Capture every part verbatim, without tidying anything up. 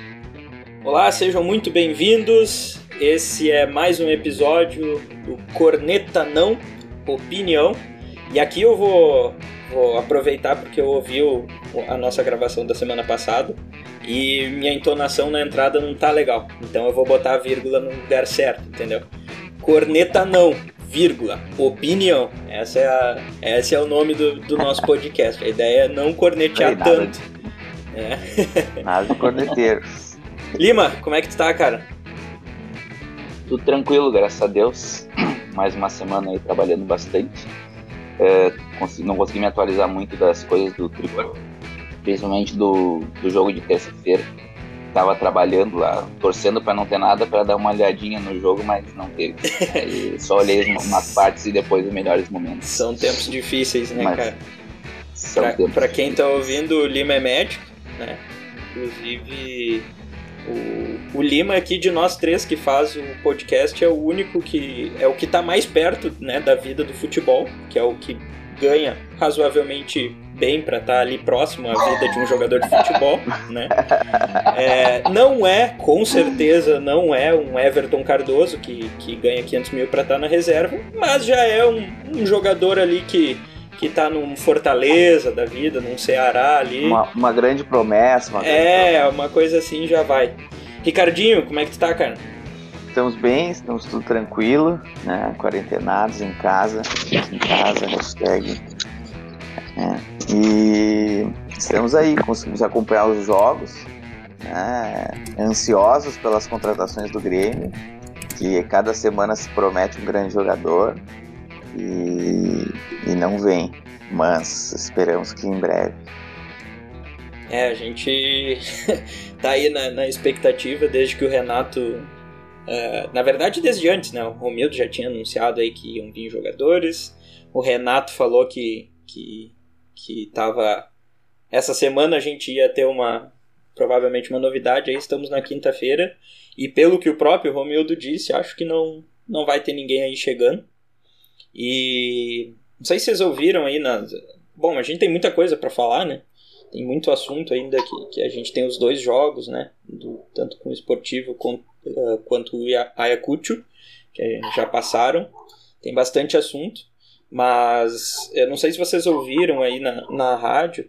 Olá, sejam muito bem-vindos. Esse é mais um episódio do Corneta Não Opinião. E aqui eu vou, vou aproveitar porque eu ouvi o, a nossa gravação da semana passada e minha entonação na entrada não tá legal. Então eu vou botar a vírgula no lugar certo, entendeu? Corneta Não, vírgula, opinião. Essa é a, esse é o nome do, do nosso podcast. A ideia é não cornetear nada tanto. De... É. Nada de corneteiros. Lima, como é que tu tá, cara? Tudo tranquilo, graças a Deus. Mais uma semana aí trabalhando bastante. É, consegui, não consegui me atualizar muito das coisas do Tricolor, principalmente do, do jogo de terça-feira. Tava trabalhando lá, torcendo pra não ter nada, pra dar uma olhadinha no jogo, mas não teve. Aí só olhei umas partes e depois os melhores momentos. São tempos difíceis, né, mas cara? São pra, tempos pra quem difíceis. tá ouvindo, o Lima é médico, né? Inclusive... O, o Lima aqui de nós três que faz o podcast é o único que é o que está mais perto, né, da vida do futebol, que é o que ganha razoavelmente bem para estar tá ali próximo à vida de um jogador de futebol, né? É, não é, com certeza, não é um Everton Cardoso que, que ganha quinhentos mil para estar tá na reserva, mas já é um, um jogador ali que que tá num Fortaleza da vida, num Ceará ali. Uma, uma grande promessa. Uma grande é, promessa. Uma coisa assim já vai. Ricardinho, como é que tu tá, cara? Estamos bem, estamos tudo tranquilo, né? Quarentenados em casa, em casa, hashtag. É. E estamos aí, conseguimos acompanhar os jogos, né? Ansiosos pelas contratações do Grêmio, que cada semana se promete um grande jogador. E, e não vem, mas esperamos que em breve. É, a gente tá aí na, na expectativa desde que o Renato, uh, na verdade desde antes, né? O Romildo já tinha anunciado aí que iam vir jogadores, o Renato falou que, que, que tava, essa semana a gente ia ter uma, provavelmente uma novidade, aí estamos na quinta-feira, e pelo que o próprio Romildo disse, acho que não, não vai ter ninguém aí chegando. E não sei se vocês ouviram aí na... Bom, a gente tem muita coisa para falar, né? Tem muito assunto ainda que, que a gente tem os dois jogos, né? Do, tanto com o Esportivo quanto, uh, quanto o Ayacucho, que já passaram. Tem bastante assunto, mas eu não sei se vocês ouviram aí na, na rádio,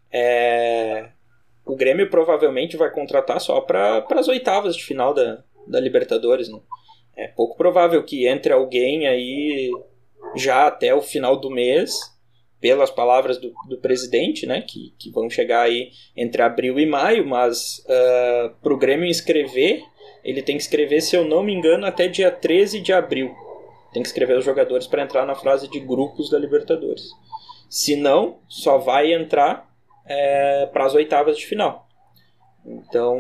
é, o Grêmio provavelmente vai contratar só para as oitavas de final da, da Libertadores, né? É pouco provável que entre alguém aí já até o final do mês, pelas palavras do, do presidente, né, que, que vão chegar aí entre abril e maio, mas uh, para o Grêmio inscrever, ele tem que escrever, se eu não me engano, até dia treze de abril. Tem que escrever os jogadores para entrar na fase de grupos da Libertadores. Se não, só vai entrar é, para as oitavas de final. Então,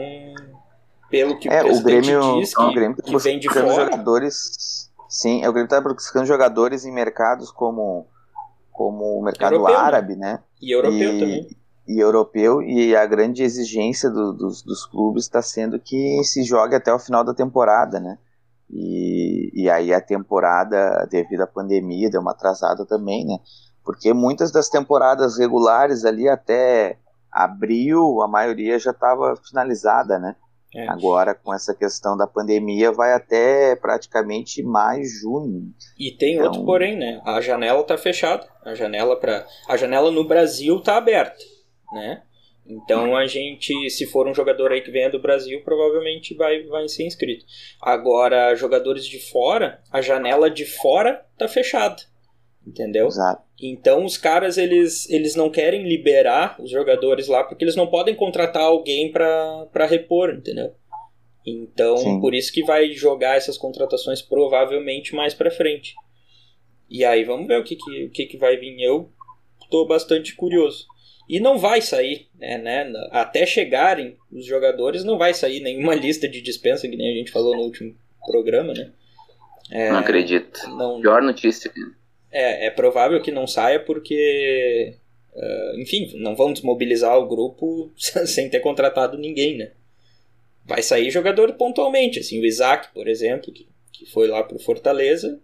pelo que é, o presidente o Grêmio, diz, que, o Grêmio tá que vem de fora... jogadores... Sim, o Grêmio está buscando jogadores em mercados como, como o mercado europeu, árabe, né? né? E europeu e, também. E europeu, e a grande exigência do, dos, dos clubes está sendo que se jogue até o final da temporada, né? E, e aí a temporada, devido à pandemia, deu uma atrasada também, né? Porque muitas das temporadas regulares ali até abril, a maioria já estava finalizada, né? É. Agora, com essa questão da pandemia, vai até praticamente maio, junho. E tem então... outro porém, né? A janela está fechada. A janela, pra... a janela no Brasil está aberta, né? Então, a gente, se for um jogador aí que venha do Brasil, provavelmente vai, vai ser inscrito. Agora, jogadores de fora, a janela de fora está fechada, entendeu? Exato. Então, os caras, eles, eles não querem liberar os jogadores lá, porque eles não podem contratar alguém para repor, entendeu? Então, Sim. por isso que vai jogar essas contratações provavelmente mais para frente. E aí, vamos ver o que, que, o que, que vai vir. Eu tô bastante curioso. E não vai sair, né, né? Até chegarem os jogadores, não vai sair nenhuma lista de dispensa, que nem a gente falou no último programa, né? É, não acredito. Não... Pior notícia. É, é provável que não saia porque, uh, enfim, não vão desmobilizar o grupo sem ter contratado ninguém, né? Vai sair jogador pontualmente, assim, o Isaac, por exemplo, que, que foi lá pro Fortaleza,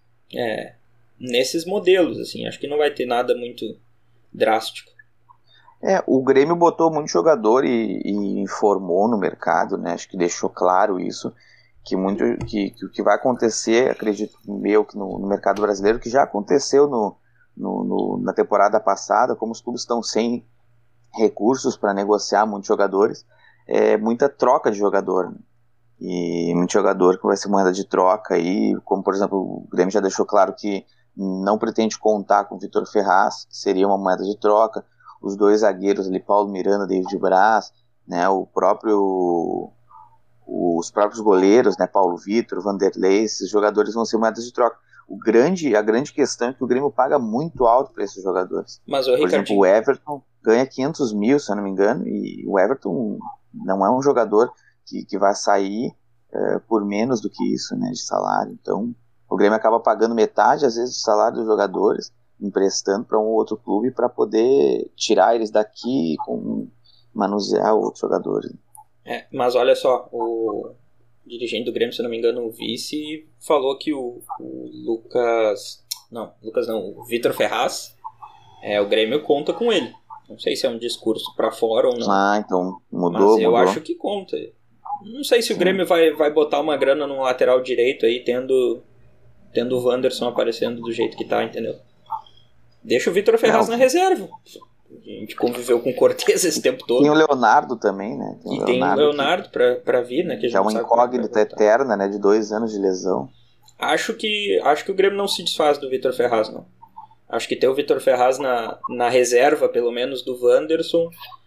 é, nesses modelos, assim, acho que não vai ter nada muito drástico. É, o Grêmio botou muito jogador e, e informou no mercado, né? Acho que deixou claro isso, que muito que, que o que vai acontecer, acredito meu, que no, no mercado brasileiro, que já aconteceu no, no, no, na temporada passada, como os clubes estão sem recursos para negociar muitos jogadores, é muita troca de jogador, né? E muito jogador que vai ser moeda de troca aí, como por exemplo o Grêmio já deixou claro que não pretende contar com o Vitor Ferraz, que seria uma moeda de troca, os dois zagueiros ali, Paulo Miranda, David Braz, né, o próprio os próprios goleiros, né, Paulo Vitor, Vanderlei, esses jogadores vão ser moedas de troca. O grande, a grande questão é que o Grêmio paga muito alto para esses jogadores. Mas, o por Ricardinho... exemplo, o Everton ganha quinhentos mil, se eu não me engano, e o Everton não é um jogador que, que vai sair uh, por menos do que isso, né, de salário. Então, o Grêmio acaba pagando metade, às vezes, do salário dos jogadores, emprestando para um outro clube para poder tirar eles daqui e manusear outros jogadores. É, mas olha só, o dirigente do Grêmio, se eu não me engano, o vice, falou que o, o Lucas... Não, Lucas não, o Vitor Ferraz, é, o Grêmio conta com ele. Não sei se é um discurso pra fora ou não. Ah, então mudou, mas eu mudou. acho que conta. Não sei se Sim. o Grêmio vai, vai botar uma grana no lateral direito aí, tendo, tendo o Wanderson aparecendo do jeito que tá, entendeu? Deixa o Vitor Ferraz não. na reserva. A gente conviveu com o Cortez esse tempo todo. Tem o Leonardo também, né? Tem e tem o Leonardo que, pra, pra vir, né? Que a gente é uma incógnita eterna, né? De dois anos de lesão. Acho que, acho que o Grêmio não se desfaz do Vitor Ferraz, não. Acho que ter o Vitor Ferraz na, na reserva, pelo menos, do Wanderson,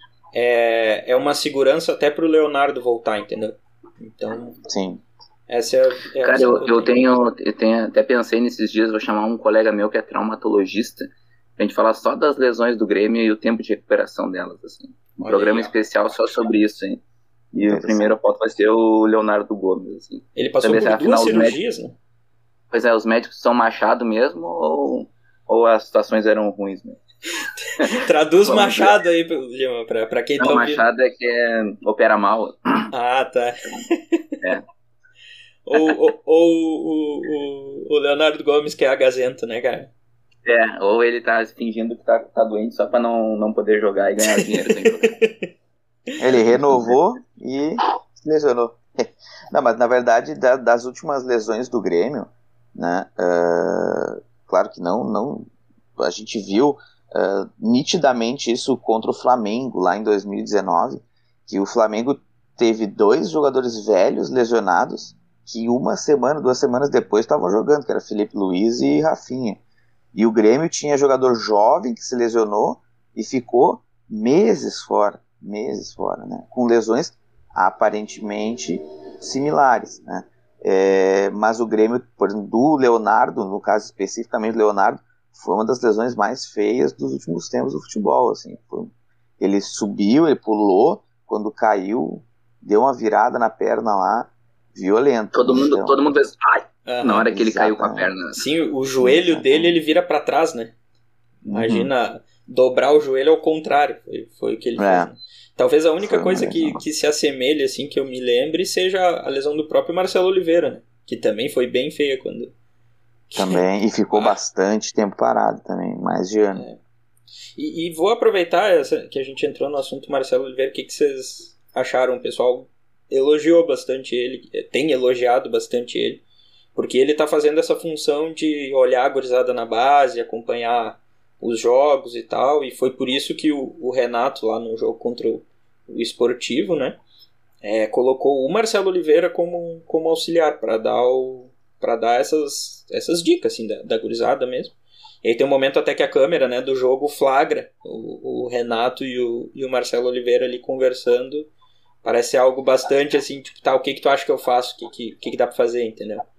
é, é uma segurança até pro Leonardo voltar, entendeu? Então, sim. Essa é, é Cara, eu, eu, tenho, eu tenho, até pensei nesses dias, vou chamar um colega meu que é traumatologista, pra gente falar só das lesões do Grêmio e o tempo de recuperação delas, assim. Um Olha programa aí, especial só sobre isso, hein? E o primeiro pauta vai ser o Leonardo Gomes, assim. Ele passou Também, por duas cirurgias, médicos, né? Pois é, os médicos são Machado mesmo ou, ou as situações eram ruins mesmo? Traduz Machado aí, Lima, pra, pra quem Não, tá ouvindo. Machado é que é, opera mal. Ah, tá. É. Ou, ou, ou o, o Leonardo Gomes, que é agazento, né, cara? É, ou ele tá fingindo que tá, tá doente só pra não, não poder jogar e ganhar dinheiro sem jogar. Ele renovou e se lesionou. Não, mas na verdade, da, das últimas lesões do Grêmio, né, uh, claro que não, não, a gente viu uh, nitidamente isso contra o Flamengo lá em dois mil e dezenove, que o Flamengo teve dois jogadores velhos lesionados que uma semana, duas semanas depois estavam jogando, que era Felipe Luiz e Rafinha. E o Grêmio tinha jogador jovem que se lesionou e ficou meses fora, meses fora, né? Com lesões aparentemente similares, né? É, mas o Grêmio, por exemplo, do Leonardo, no caso especificamente do Leonardo, foi uma das lesões mais feias dos últimos tempos do futebol, assim. Foi, ele subiu, ele pulou, quando caiu, deu uma virada na perna lá, violenta. Todo mundo, então, todo mundo fez, ai, uhum, na hora que ele exatamente. caiu com a perna. Sim, o joelho exatamente. dele, ele vira pra trás, né? Imagina uhum. dobrar o joelho ao contrário, foi, foi o que ele é. fez. Né? Talvez a única coisa que, que se assemelhe, assim, que eu me lembre, seja a lesão do próprio Marcelo Oliveira, né? Que também foi bem feia quando... Também, e ficou ah. bastante tempo parado também, mais de ano. É. E, e vou aproveitar essa, que a gente entrou no assunto Marcelo Oliveira, o que, que vocês acharam? O pessoal elogiou bastante ele, tem elogiado bastante ele, porque ele tá fazendo essa função de olhar a gurizada na base, acompanhar os jogos e tal, e foi por isso que o, o Renato, lá no jogo contra o, o Esportivo, né, é, colocou o Marcelo Oliveira como, como auxiliar, para dar, o, pra dar essas, essas dicas, assim, da, da gurizada mesmo. E aí tem um momento até que a câmera, né, do jogo flagra o, o Renato e o, e o Marcelo Oliveira ali conversando. Parece algo bastante assim, tipo, tá, o que que tu acha que eu faço? O que que, que, que dá pra fazer, entendeu? O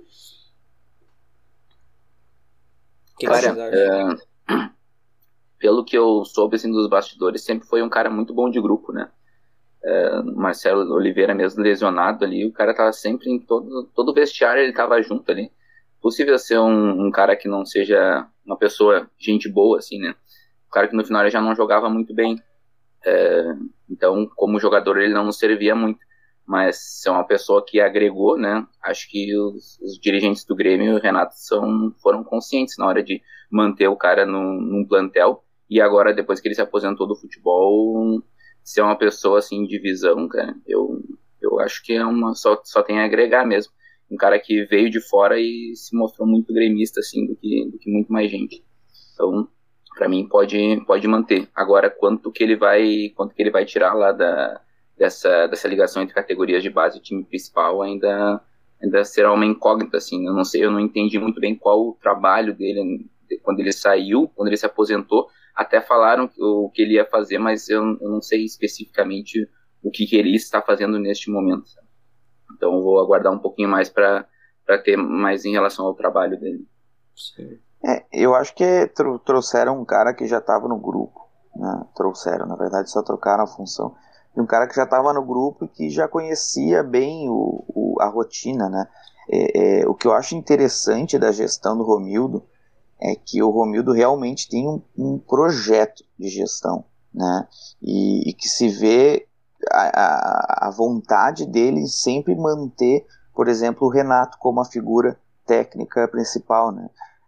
que Cara, que é, pelo que eu soube, assim, dos bastidores, sempre foi um cara muito bom de grupo, né? É, Marcelo Oliveira mesmo lesionado ali, o cara tava sempre em todo, todo vestiário, ele tava junto ali. Possível ser um, um cara que não seja uma pessoa, gente boa, assim, né? O cara que no final ele já não jogava muito bem. É, então, como jogador, ele não nos servia muito. Mas é uma pessoa que agregou, né? Acho que os, os dirigentes do Grêmio e o Renato são, foram conscientes na hora de manter o cara no, num plantel e agora, depois que ele se aposentou do futebol, ser uma pessoa, assim, de visão, cara, eu, eu acho que é uma, só, só tem a agregar mesmo. Um cara que veio de fora e se mostrou muito gremista, assim, do que, do que muito mais gente. Então, para mim, pode, pode manter. Agora, quanto que ele vai, quanto que ele vai tirar lá da, dessa, dessa ligação entre categorias de base e time principal, ainda, ainda será uma incógnita, assim. Eu não sei, eu não entendi muito bem qual o trabalho dele quando ele saiu, quando ele se aposentou. Até falaram o que ele ia fazer, mas eu, eu não sei especificamente o que, que ele está fazendo neste momento. Sabe? Então, eu vou aguardar um pouquinho mais para ter mais em relação ao trabalho dele. Sim. É, eu acho que tro- trouxeram um cara que já estava no grupo, né? Trouxeram, na verdade só trocaram a função, de um cara que já estava no grupo e que já conhecia bem o, o, a rotina, né? É, é, o que eu acho interessante da gestão do Romildo é que o Romildo realmente tem um, um projeto de gestão, né? E, e que se vê a, a, a vontade dele em sempre manter, por exemplo, o Renato como a figura técnica principal, né?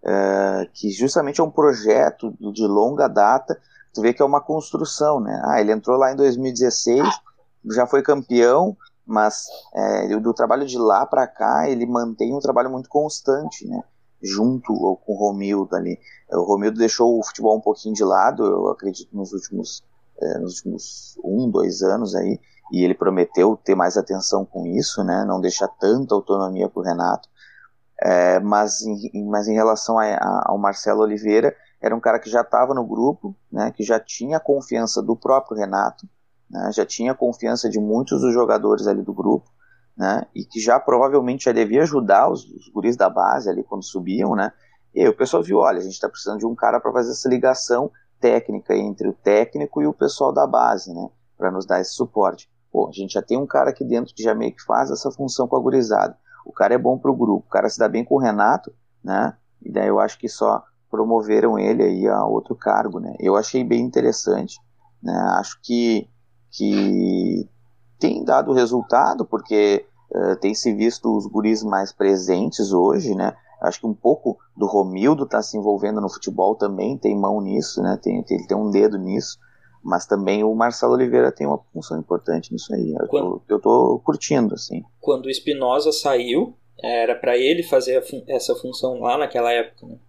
Uh, que justamente é um projeto de longa data. Tu vê que é uma construção, né? Ah, ele entrou lá em dois mil e dezesseis, já foi campeão, mas é, do trabalho de lá para cá ele mantém um trabalho muito constante, né? Junto com o Romildo ali. O Romildo deixou o futebol um pouquinho de lado, eu acredito, nos últimos, é, nos últimos um, dois anos aí, e ele prometeu ter mais atenção com isso, né? Não deixar tanta autonomia pro Renato. É, mas, em, mas em relação a, a, ao Marcelo Oliveira, era um cara que já estava no grupo, né, que já tinha confiança do próprio Renato, né, já tinha confiança de muitos dos jogadores ali do grupo, né, e que já provavelmente já devia ajudar os, os guris da base ali quando subiam, né, e aí o pessoal viu, olha, a gente está precisando de um cara para fazer essa ligação técnica entre o técnico e o pessoal da base, né, para nos dar esse suporte. Pô, a gente já tem um cara aqui dentro que já meio que faz essa função com a gurizada. O cara é bom pro grupo, o cara se dá bem com o Renato, né? E daí eu acho que só promoveram ele aí a outro cargo, né? Eu achei bem interessante, né? Acho que, que tem dado resultado, porque uh, tem se visto os guris mais presentes hoje, né? Acho que um pouco do Romildo tá se envolvendo no futebol também, tem mão nisso, né? Tem, tem, ele tem um dedo nisso. Mas também o Marcelo Oliveira tem uma função importante nisso aí. Eu, quando, tô, eu tô curtindo, assim. Quando o Espinosa saiu, era para ele fazer fun- essa função lá naquela época, né?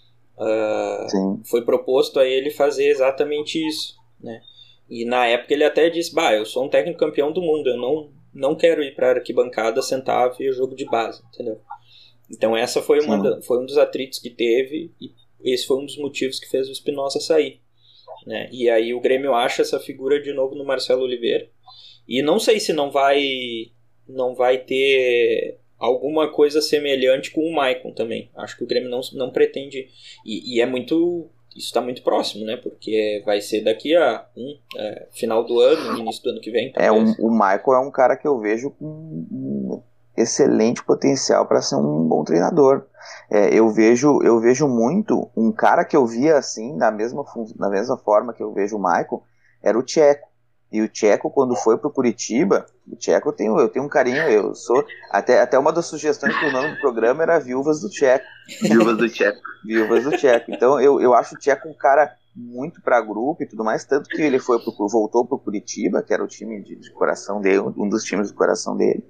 Uh, foi proposto a ele fazer exatamente isso, né? E na época ele até disse, bah, eu sou um técnico campeão do mundo, eu não, não quero ir para arquibancada sentar e ver jogo de base, entendeu? Então essa foi, uma da, foi um dos atritos que teve, e esse foi um dos motivos que fez o Espinosa sair. Né? E aí o Grêmio acha essa figura de novo no Marcelo Oliveira, e não sei se não vai não vai ter alguma coisa semelhante com o Maicon também. Acho que o Grêmio não, não pretende, e, e é muito, isso está muito próximo, né? Porque vai ser daqui a um, é, final do ano, início do ano que vem. É, um, o Maicon é um cara que eu vejo com um excelente potencial para ser um bom treinador. É, eu vejo eu vejo muito um cara que eu via assim, da mesma, da mesma forma que eu vejo o Maicon, era o Tcheco. E o Tcheco, quando foi pro Curitiba, o Tcheco eu tenho, eu tenho um carinho, eu sou, até, até uma das sugestões que o nome do programa era Viúvas do Tcheco. Viúvas do Tcheco. Viúvas do Tcheco. Então eu, eu acho o Tcheco um cara muito para grupo e tudo mais, tanto que ele foi pro, voltou pro Curitiba, que era o time de, de coração dele, um dos times do coração dele.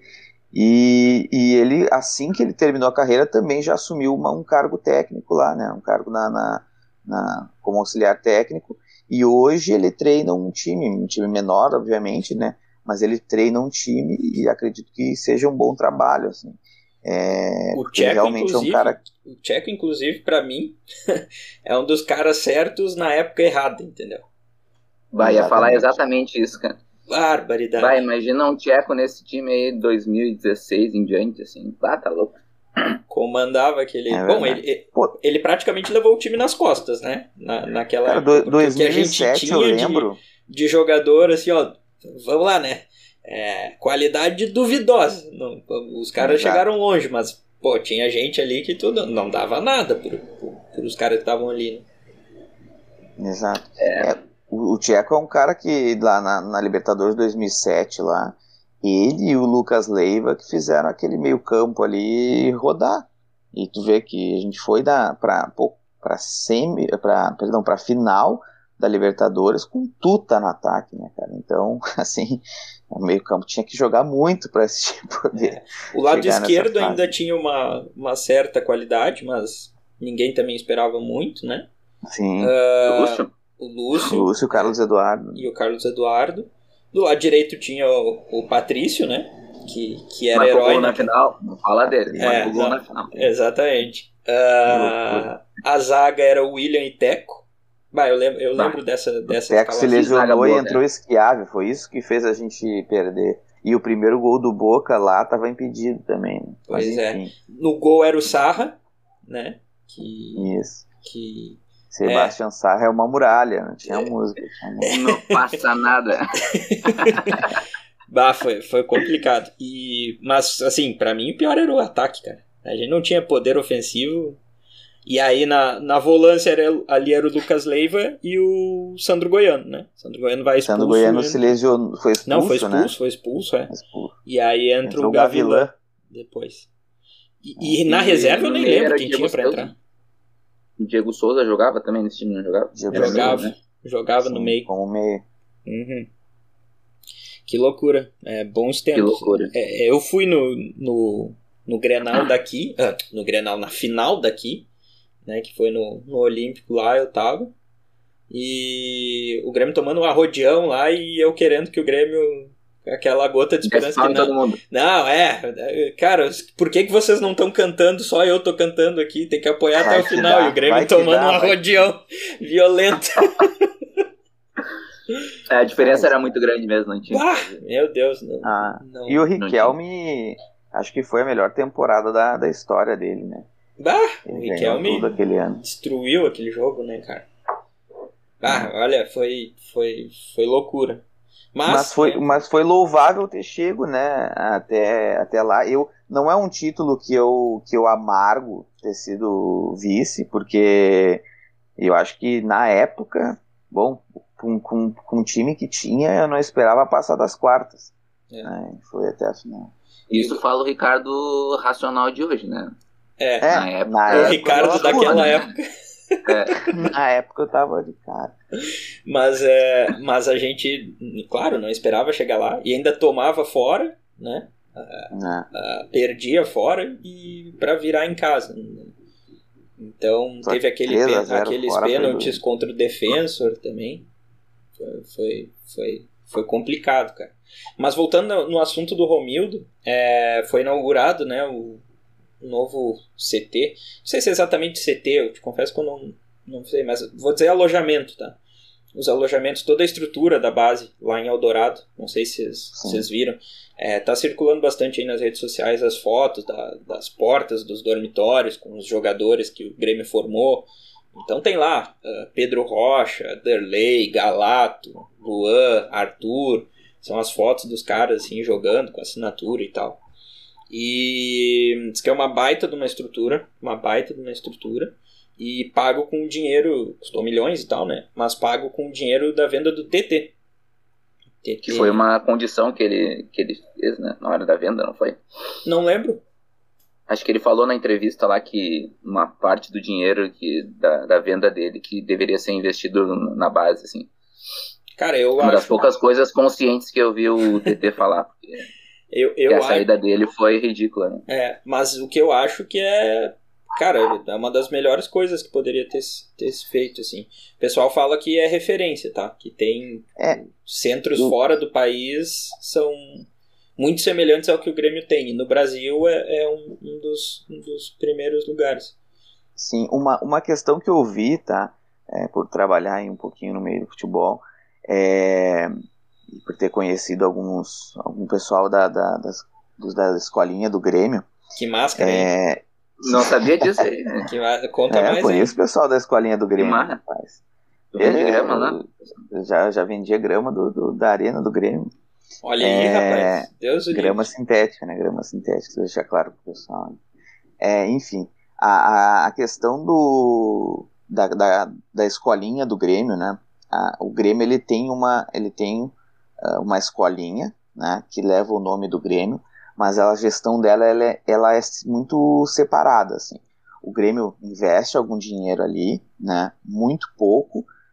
E, e ele, assim que ele terminou a carreira, também já assumiu uma, um cargo técnico lá, né? Um cargo na, na, na, como auxiliar técnico. E hoje ele treina um time, um time menor, obviamente, né? Mas ele treina um time e acredito que seja um bom trabalho, assim. É, o Tcheco, realmente é um cara... o Tcheco, inclusive, para mim, é um dos caras certos na época errada, entendeu? Vai, ia falar exatamente isso, cara. Barbaridade. Vai, imagina um Tcheco nesse time aí de dois mil e dezesseis em diante, assim. Ah, tá louco. Comandava aquele... É Bom, ele, ele, ele praticamente levou o time nas costas, né? Na, naquela Cara, época. Do, dois mil e sete, que a gente tinha eu lembro. De, de jogador, assim, ó... Vamos lá, né? É, qualidade duvidosa. Não, os caras Exato. chegaram longe, mas, pô, tinha gente ali que tudo não dava nada por, por, por os caras que estavam ali, né? Exato. É... é. O Tcheco é um cara que lá na, na Libertadores dois mil e sete lá, ele e o Lucas Leiva que fizeram aquele meio campo ali rodar. E tu vê que a gente foi da, pra, pra semi, pra, perdão, pra final da Libertadores com Tuta no ataque, né, cara? Então, assim, o meio campo tinha que jogar muito para esse time poder é. O lado esquerdo ainda tinha uma, uma certa qualidade, mas ninguém também esperava muito, né? Sim. Uh, o Lúcio. O Lúcio. O Lúcio, o Carlos Eduardo. E o Carlos Eduardo. Do lado direito tinha o, o Patrício, né? Que, que era Marcou herói gol na final. Não fala dele. É, Marcou gol não, na final. Exatamente. Uh, a zaga era o William e Teco. Bah, eu lembro, eu lembro dessa, dessa escalação. O Teco se lesionou e entrou Schiave. Foi isso que fez a gente perder. E o primeiro gol do Boca lá estava impedido também. Né? Pois Mas, é. No gol era o Sarra, né? Que, isso. Que... Sebastião é. Sarra é uma muralha, não tinha música. Tinha não passa nada. Bah, foi, foi complicado. E, mas, assim, pra mim o pior era o ataque, cara. A gente não tinha poder ofensivo. E aí na, na volância era, ali era o Lucas Leiva e o Sandro Goiano, né? Sandro Goiano vai expulso. Sandro Goiano se lesionou, foi expulso, Não, foi expulso, né? foi expulso, é. Expulso. E aí entra Entrou o Gavilã, Gavilã depois. E, e na e reserva eu nem lembro quem tinha pra entrar. O Diego Souza jogava também nesse time, não jogava? Diego jogava, meio, né? jogava Sim, no meio. Como meio. Uhum. Que loucura, é, bons tempos. Que loucura. É, eu fui no, no, no Grenal daqui, ah, no Grenal, na final daqui, né, que foi no, no Olímpico lá, eu tava, e o Grêmio tomando um arrodeão lá e eu querendo que o Grêmio... Aquela gota de esperança que não... todo mundo. Não, é... Cara, por que, que vocês não estão cantando? Só eu tô cantando aqui. Tem que apoiar vai até o final. Dá, e o Grêmio tomando dá, um arrodeão vai. violento. É, a diferença era muito grande mesmo. Não tinha ah, meu Deus. Não, ah, não, e o Riquelme... Acho que foi a melhor temporada da, da história dele, né? Bah, Ele o Riquelme aquele ano. destruiu aquele jogo, né, cara? Ah, olha, foi, foi, foi loucura. Mas, mas, foi, é... mas foi louvável ter chego, né, até, até lá. Eu, não é um título que eu, que eu amargo ter sido vice, porque eu acho que na época, bom, com, com, com o time que tinha, eu não esperava passar das quartas. É. Né, foi até a final. Isso fala o Ricardo racional de hoje, né? É, é na época, na o Ricardo daquela né? época. É. Na época eu tava de cara. Mas, é, mas a gente, claro, não esperava chegar lá e ainda tomava fora, né? Ah, ah, perdia fora e para virar em casa. Então Só teve aquele pen, aqueles pênaltis contra o Defensor também. Foi, foi, foi, foi complicado, cara. Mas voltando no assunto do Romildo, é, foi inaugurado, né, o novo C T. Não sei se é exatamente C T, eu te confesso que eu não, não sei, mas vou dizer alojamento, tá? Os alojamentos, toda a estrutura da base lá em Eldorado, não sei se vocês viram, é, tá circulando bastante aí nas redes sociais as fotos da, das portas dos dormitórios com os jogadores que o Grêmio formou. Então tem lá uh, Pedro Rocha, Derlei, Galato, Luan, Arthur, são as fotos dos caras assim jogando com assinatura e tal. E diz que é uma baita de uma estrutura, uma baita de uma estrutura, e pago com dinheiro, custou milhões e tal, né? Mas pago com dinheiro da venda do T T. T T. Que foi uma condição que ele, que ele fez, né? Na hora da venda, não foi? Não lembro. Acho que ele falou na entrevista lá que uma parte do dinheiro que, da, da venda dele que deveria ser investido na base, assim. Cara, eu uma acho... Uma das poucas coisas conscientes que eu vi o T T falar, porque... Eu, eu que a saída acho... dele foi ridícula, né? É, mas o que eu acho que é... Cara, é uma das melhores coisas que poderia ter, ter feito, assim. O pessoal fala que é referência, tá? Que tem é. centros eu... fora do país são muito semelhantes ao que o Grêmio tem. E no Brasil é, é um, um, dos, um dos primeiros lugares. Sim, uma, uma questão que eu vi, tá? É, por trabalhar aí um pouquinho no meio do futebol, é... e por ter conhecido alguns, algum pessoal da, da, das, da escolinha do Grêmio. Que máscara, é... hein? Não sabia disso aí. Que, conta é, mais conheço o pessoal da escolinha do Grêmio. Que rapaz. Vende grama lá? Já, já vendia grama do, do, da arena do Grêmio. Olha aí, é, rapaz. Deus o grama livre. sintética, né? Grama sintética, vou deixar claro pro pessoal. É, enfim, a, a questão do... Da, da, da escolinha do Grêmio, né? A, o Grêmio ele tem uma ele tem uh, uma escolinha, né? Que leva o nome do Grêmio, mas a gestão dela ela é, ela é muito separada, assim. O Grêmio investe algum dinheiro ali, né? Muito pouco,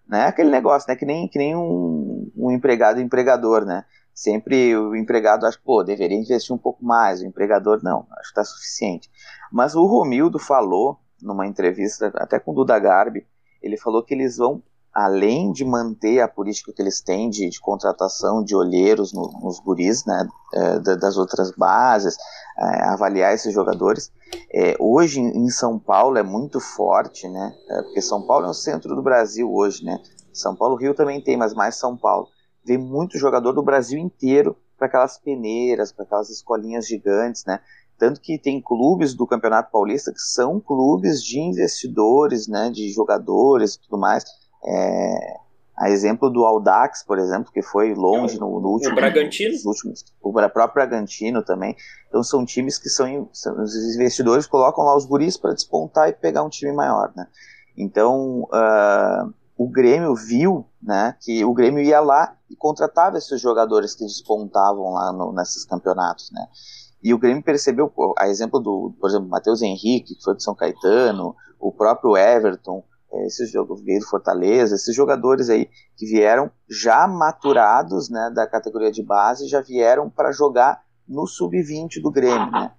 né? Aquele negócio, né? Que nem, que nem um, um empregado e empregador, né? Sempre o empregado acha que, pô, deveria investir um pouco mais, o empregador não, acho que está suficiente. Mas o Romildo falou, numa entrevista, até com o Duda Garbi, ele falou que eles vão, além de manter a política que eles têm de, de contratação de olheiros no, nos guris, né, é, das outras bases, é, avaliar esses jogadores. É, hoje em São Paulo é muito forte, né, é, porque São Paulo é o centro do Brasil hoje, né, São Paulo, Rio também tem, mas mais São Paulo. Vem muito jogador do Brasil inteiro para aquelas peneiras, para aquelas escolinhas gigantes, né? Tanto que tem clubes do Campeonato Paulista que são clubes de investidores, né? De jogadores e tudo mais. É, a exemplo do Audax, por exemplo, que foi longe no, no último... O Bragantino. Nos últimos, o próprio Bragantino também. Então são times que são... são os investidores colocam lá os guris para despontar e pegar um time maior, né? Então... Uh, o Grêmio viu, né, que o Grêmio ia lá e contratava esses jogadores que despontavam lá no, nesses campeonatos, né, e o Grêmio percebeu, a exemplo do, por exemplo, Matheus Henrique, que foi de São Caetano, o próprio Everton, esses jogadores veio do Fortaleza, esses jogadores aí que vieram já maturados, né, da categoria de base, já vieram para jogar no sub vinte do Grêmio, né.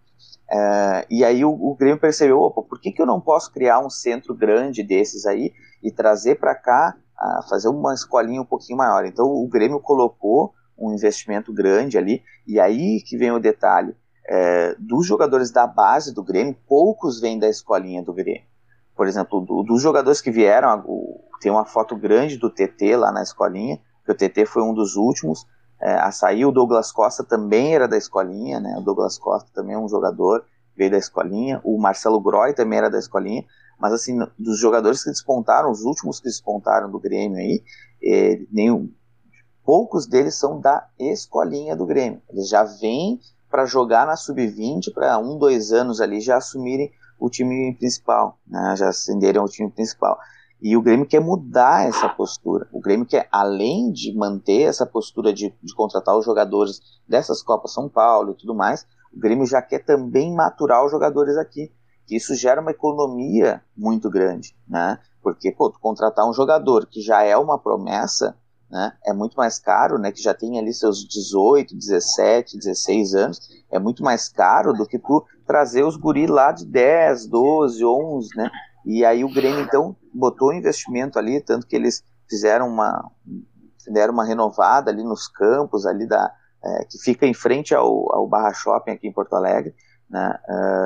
Uh, e aí o, o Grêmio percebeu, opa, por que, que eu não posso criar um centro grande desses aí e trazer para cá, uh, fazer uma escolinha um pouquinho maior. Então o Grêmio colocou um investimento grande ali, e aí que vem o detalhe, uh, dos jogadores da base do Grêmio, poucos vêm da escolinha do Grêmio. Por exemplo, do, dos jogadores que vieram, o, tem uma foto grande do T T lá na escolinha, que o T T foi um dos últimos. É, a sair, o Douglas Costa também era da escolinha, né? O Douglas Costa também é um jogador, veio da escolinha, o Marcelo Groy também era da escolinha, mas assim, dos jogadores que despontaram, os últimos que despontaram do Grêmio aí, é, nenhum, poucos deles são da escolinha do Grêmio, eles já vêm para jogar na sub vinte, para um, dois anos ali já assumirem o time principal, né? Já ascenderem ao time principal. E o Grêmio quer mudar essa postura. O Grêmio quer, além de manter essa postura de, de contratar os jogadores dessas Copas São Paulo e tudo mais, o Grêmio já quer também maturar os jogadores aqui. Que isso gera uma economia muito grande, né? Porque, pô, tu contratar um jogador que já é uma promessa, né, é muito mais caro, né? Que já tem ali seus dezoito, dezessete, dezesseis anos, é muito mais caro do que tu trazer os guri lá de dez, doze, onze, né? E aí o Grêmio, então, botou investimento ali, tanto que eles fizeram uma, fizeram uma renovada ali nos campos, ali da, é, que fica em frente ao, ao Barra Shopping aqui em Porto Alegre, né?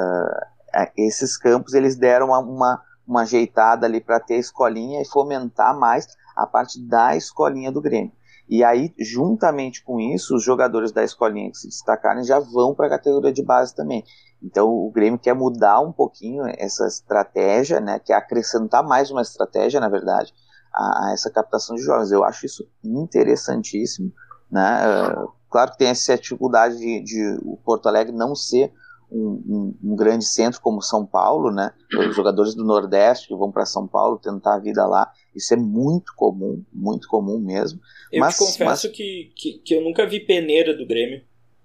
Uh, esses campos, eles deram uma, uma, uma ajeitada ali para ter a escolinha e fomentar mais a parte da escolinha do Grêmio. E aí, juntamente com isso, os jogadores da escolinha que se destacarem já vão para a categoria de base também. Então o Grêmio quer mudar um pouquinho essa estratégia, né, quer acrescentar mais uma estratégia, na verdade, a, a essa captação de jovens. Eu acho isso interessantíssimo, né? Uh, claro que tem essa dificuldade de, de o Porto Alegre não ser um, um, um grande centro como São Paulo, né? Os jogadores do Nordeste que vão para São Paulo tentar a vida lá, isso é muito comum, muito comum mesmo. Eu mas, te confesso mas... que, que, que eu nunca vi peneira do Grêmio.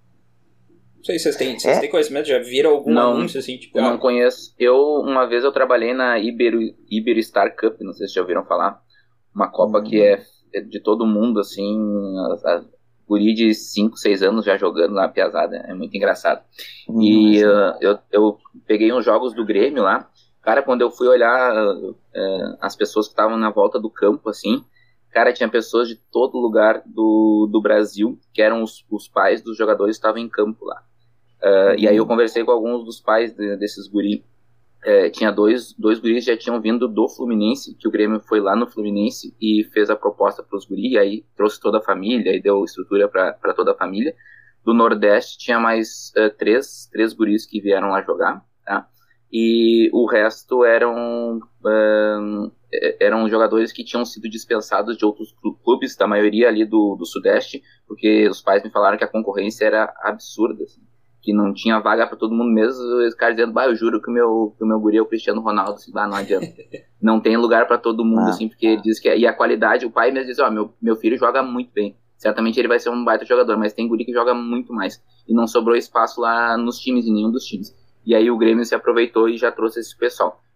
Não sei se vocês têm, vocês é? têm conhecimento, já viram algum não, anúncio assim? Tipo, não ah, conheço. Eu, uma vez eu trabalhei na Ibero, Ibero Star Cup, não sei se já ouviram falar. Uma Copa hum. que é de todo mundo, assim, a, a guri de cinco, seis anos já jogando lá, piazada, é muito engraçado. Hum, e uh, eu, eu peguei uns jogos do Grêmio lá, cara, quando eu fui olhar uh, uh, as pessoas que estavam na volta do campo, assim, cara, tinha pessoas de todo lugar do, do Brasil, que eram os, os pais dos jogadores que estavam em campo lá. Uh, uhum. E aí eu conversei com alguns dos pais de, desses guris. É, tinha dois, dois guris que já tinham vindo do Fluminense, que o Grêmio foi lá no Fluminense e fez a proposta para os guris, e aí trouxe toda a família, e deu estrutura para toda a família. Do Nordeste tinha mais uh, três, três guris que vieram lá jogar, tá? E o resto eram, uh, eram jogadores que tinham sido dispensados de outros clubes, da maioria ali do, do Sudeste, porque os pais me falaram que a concorrência era absurda, assim, que não tinha vaga para todo mundo mesmo. Os caras dizendo, bah, eu juro que o meu, que o meu guri é o Cristiano Ronaldo, assim, bah, não adianta. Não tem lugar para todo mundo, ah, assim, porque ele diz que... E a qualidade, o pai mesmo diz, ó, oh, meu, meu filho joga muito bem. Certamente ele vai ser um baita jogador, mas tem guri que joga muito mais. E não sobrou espaço lá nos times, em nenhum dos times. E aí o Grêmio se aproveitou e já trouxe esse pessoal.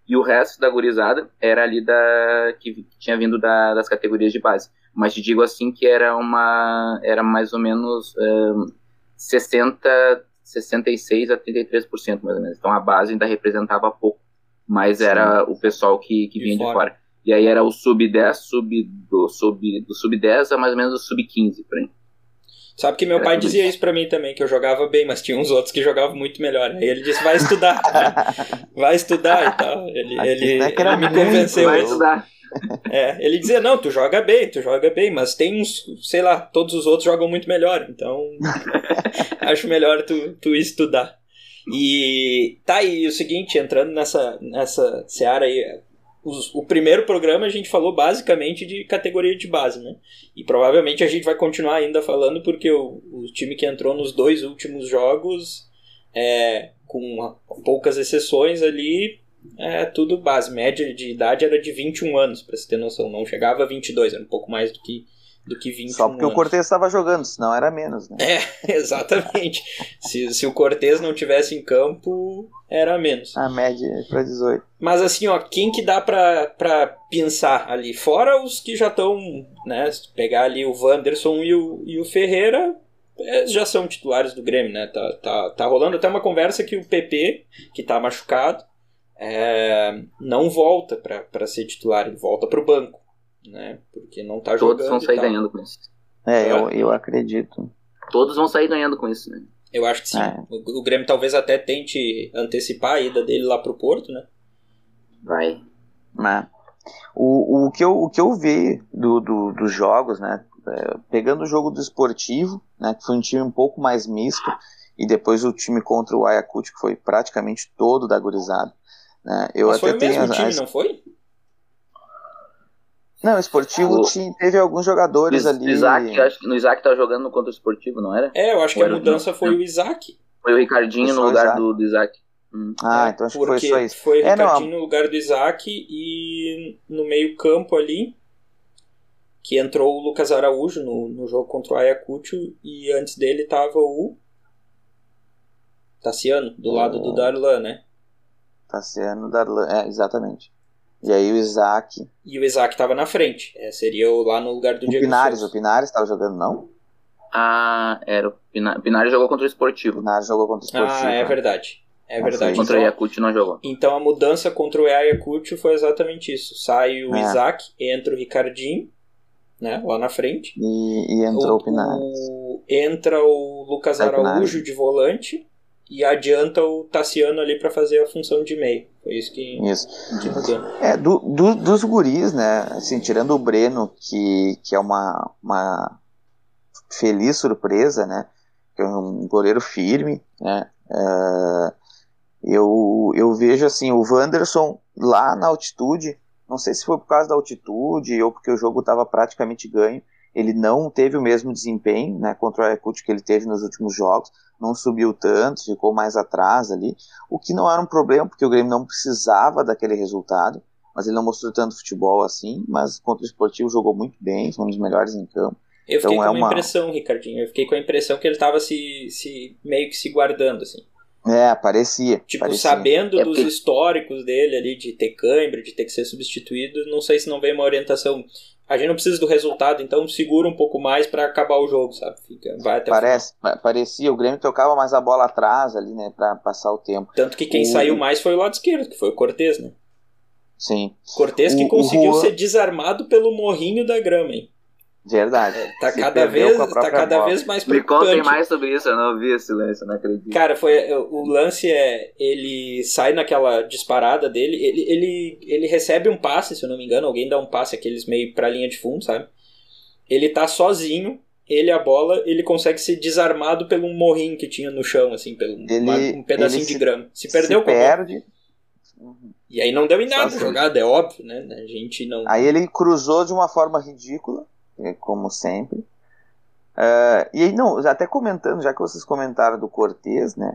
E o resto da gurizada era ali da que tinha vindo da, das categorias de base. Mas te digo assim que era uma era mais ou menos um, sessenta, sessenta e seis a trinta e três por cento mais ou menos. Então a base ainda representava pouco, mas Sim. era o pessoal que, que vinha de fora. de fora. E aí era o sub dez, sub, do, sub, do sub dez a mais ou menos o sub quinze, por aí. Sabe que meu Era pai dizia isso pra mim também, que eu jogava bem, mas tinha uns outros que jogavam muito melhor. Aí ele disse, vai estudar, né? Vai estudar e tal. Ele, ele, ele me convenceu. Vai estudar. É, ele dizia, não, tu joga bem, tu joga bem, mas tem uns, sei lá, todos os outros jogam muito melhor, então acho melhor tu, tu estudar. E tá aí, o seguinte, entrando nessa, nessa seara aí, Os, o primeiro programa a gente falou basicamente de categoria de base, né? E provavelmente a gente vai continuar ainda falando porque o, o time que entrou nos dois últimos jogos, é, com poucas exceções ali, é tudo base. Média de idade era de vinte e um anos, pra você ter noção. Não chegava a vinte e dois, era um pouco mais do que, do que vinte e um Só porque anos. O Cortez estava jogando, senão era menos, né? É, exatamente. se, se o Cortez não tivesse em campo, era menos. A média é para dezoito. Mas assim, ó, quem que dá pra, pra pensar ali? Fora os que já estão, né? Se pegar ali o Wanderson e o, e o Ferreira, já são titulares do Grêmio, né? Tá, tá, tá rolando até uma conversa que o P P, que tá machucado, é, não volta pra, pra ser titular, ele volta pro banco, né? Porque não tá jogando. Todos vão sair ganhando com isso. É, eu, eu acredito. Todos vão sair ganhando com isso, né? Eu acho que sim. É. O, o Grêmio talvez até tente antecipar a ida dele lá pro Porto, né? Vai. É. O, o, que eu, o que eu vi do, do, dos jogos, né? É, pegando o jogo do Esportivo, né? Que foi um time um pouco mais misto, e depois o time contra o Ayacucho, que foi praticamente todo da gurizada. Né? Eu Mas até foi o mesmo tenho, time, as... não foi? Não, o Esportivo o... tinha, teve alguns jogadores o, ali. O Isaac, acho que no Isaac tava jogando contra o Esportivo, não era? É, eu acho que Ou a mudança não? foi o Isaac. Foi o Ricardinho no lugar do, do Isaac. Hum. Ah, é, então acho que foi só isso. Foi o é, Ricardinho não. no lugar do Isaac e no meio campo ali, que entrou o Lucas Araújo no, no jogo contra o Ayacucho, e antes dele tava o Tassiano, do oh. lado do Darlan, né? Tassiano, Darlan, é, exatamente. E aí o Isaac... E o Isaac tava na frente, é, seria lá no lugar do o Diego Pinares, Souza. O Pinares tava jogando, não? Ah, era o Pinares. O Pinares jogou contra o Esportivo. O Pinares jogou contra o Esportivo. Ah, é verdade. É não verdade. Contra então, o Ayacucho não jogou. Então a mudança contra o Ayacucho foi exatamente isso. Sai o é. Isaac, entra o Ricardinho, né, lá na frente. E, e entrou o, o Pinares. O, entra o Lucas Sai Araújo Pinares. de volante e adianta o Tassiano ali para fazer a função de meio. Foi isso que, isso. que mudou. É, do, do, dos guris, né, assim, tirando o Breno, que, que é uma, uma feliz surpresa, né, que é um goleiro firme, né, uh, eu, eu vejo assim, o Wanderson lá na altitude, não sei se foi por causa da altitude ou porque o jogo estava praticamente ganho, ele não teve o mesmo desempenho, né, contra o Ayacucho que ele teve nos últimos jogos, não subiu tanto, ficou mais atrás ali, o que não era um problema, porque o Grêmio não precisava daquele resultado, mas ele não mostrou tanto futebol assim, mas contra o Esportivo jogou muito bem, foi um dos melhores em campo. Eu fiquei então, com é uma, uma impressão, Ricardinho, eu fiquei com a impressão que ele estava se, se, meio que se guardando, assim. É, parecia. Tipo, parecia. sabendo é dos porque... históricos dele ali, de ter cãibra, de ter que ser substituído, não sei se não veio uma orientação. A gente não precisa do resultado, então segura um pouco mais pra acabar o jogo, sabe? Fica, vai até Parece, o parecia, o Grêmio tocava mais a bola atrás ali, né, pra passar o tempo. Tanto que quem o... saiu mais foi o lado esquerdo, que foi o Cortez, né? Sim. Cortez que o, conseguiu o... ser desarmado pelo morrinho da grama, hein? Verdade. É, tá cada, vez, tá cada vez mais preocupante. Me contem mais sobre isso, eu não ouvi esse lance, eu não acredito. Cara, foi, o lance é, ele sai naquela disparada dele, ele, ele, ele recebe um passe, se eu não me engano, alguém dá um passe, aqueles meio pra linha de fundo, sabe? Ele tá sozinho, ele a bola, ele consegue ser desarmado pelo morrinho que tinha no chão, assim, pelo ele, uma, um pedacinho de se, grama. Se perdeu se com a perde. Uhum. E aí não deu em nada a jogada, é óbvio, né? A gente não... Aí ele cruzou de uma forma ridícula, como sempre. Uh, e aí, não, até comentando, já que vocês comentaram do Cortez, né?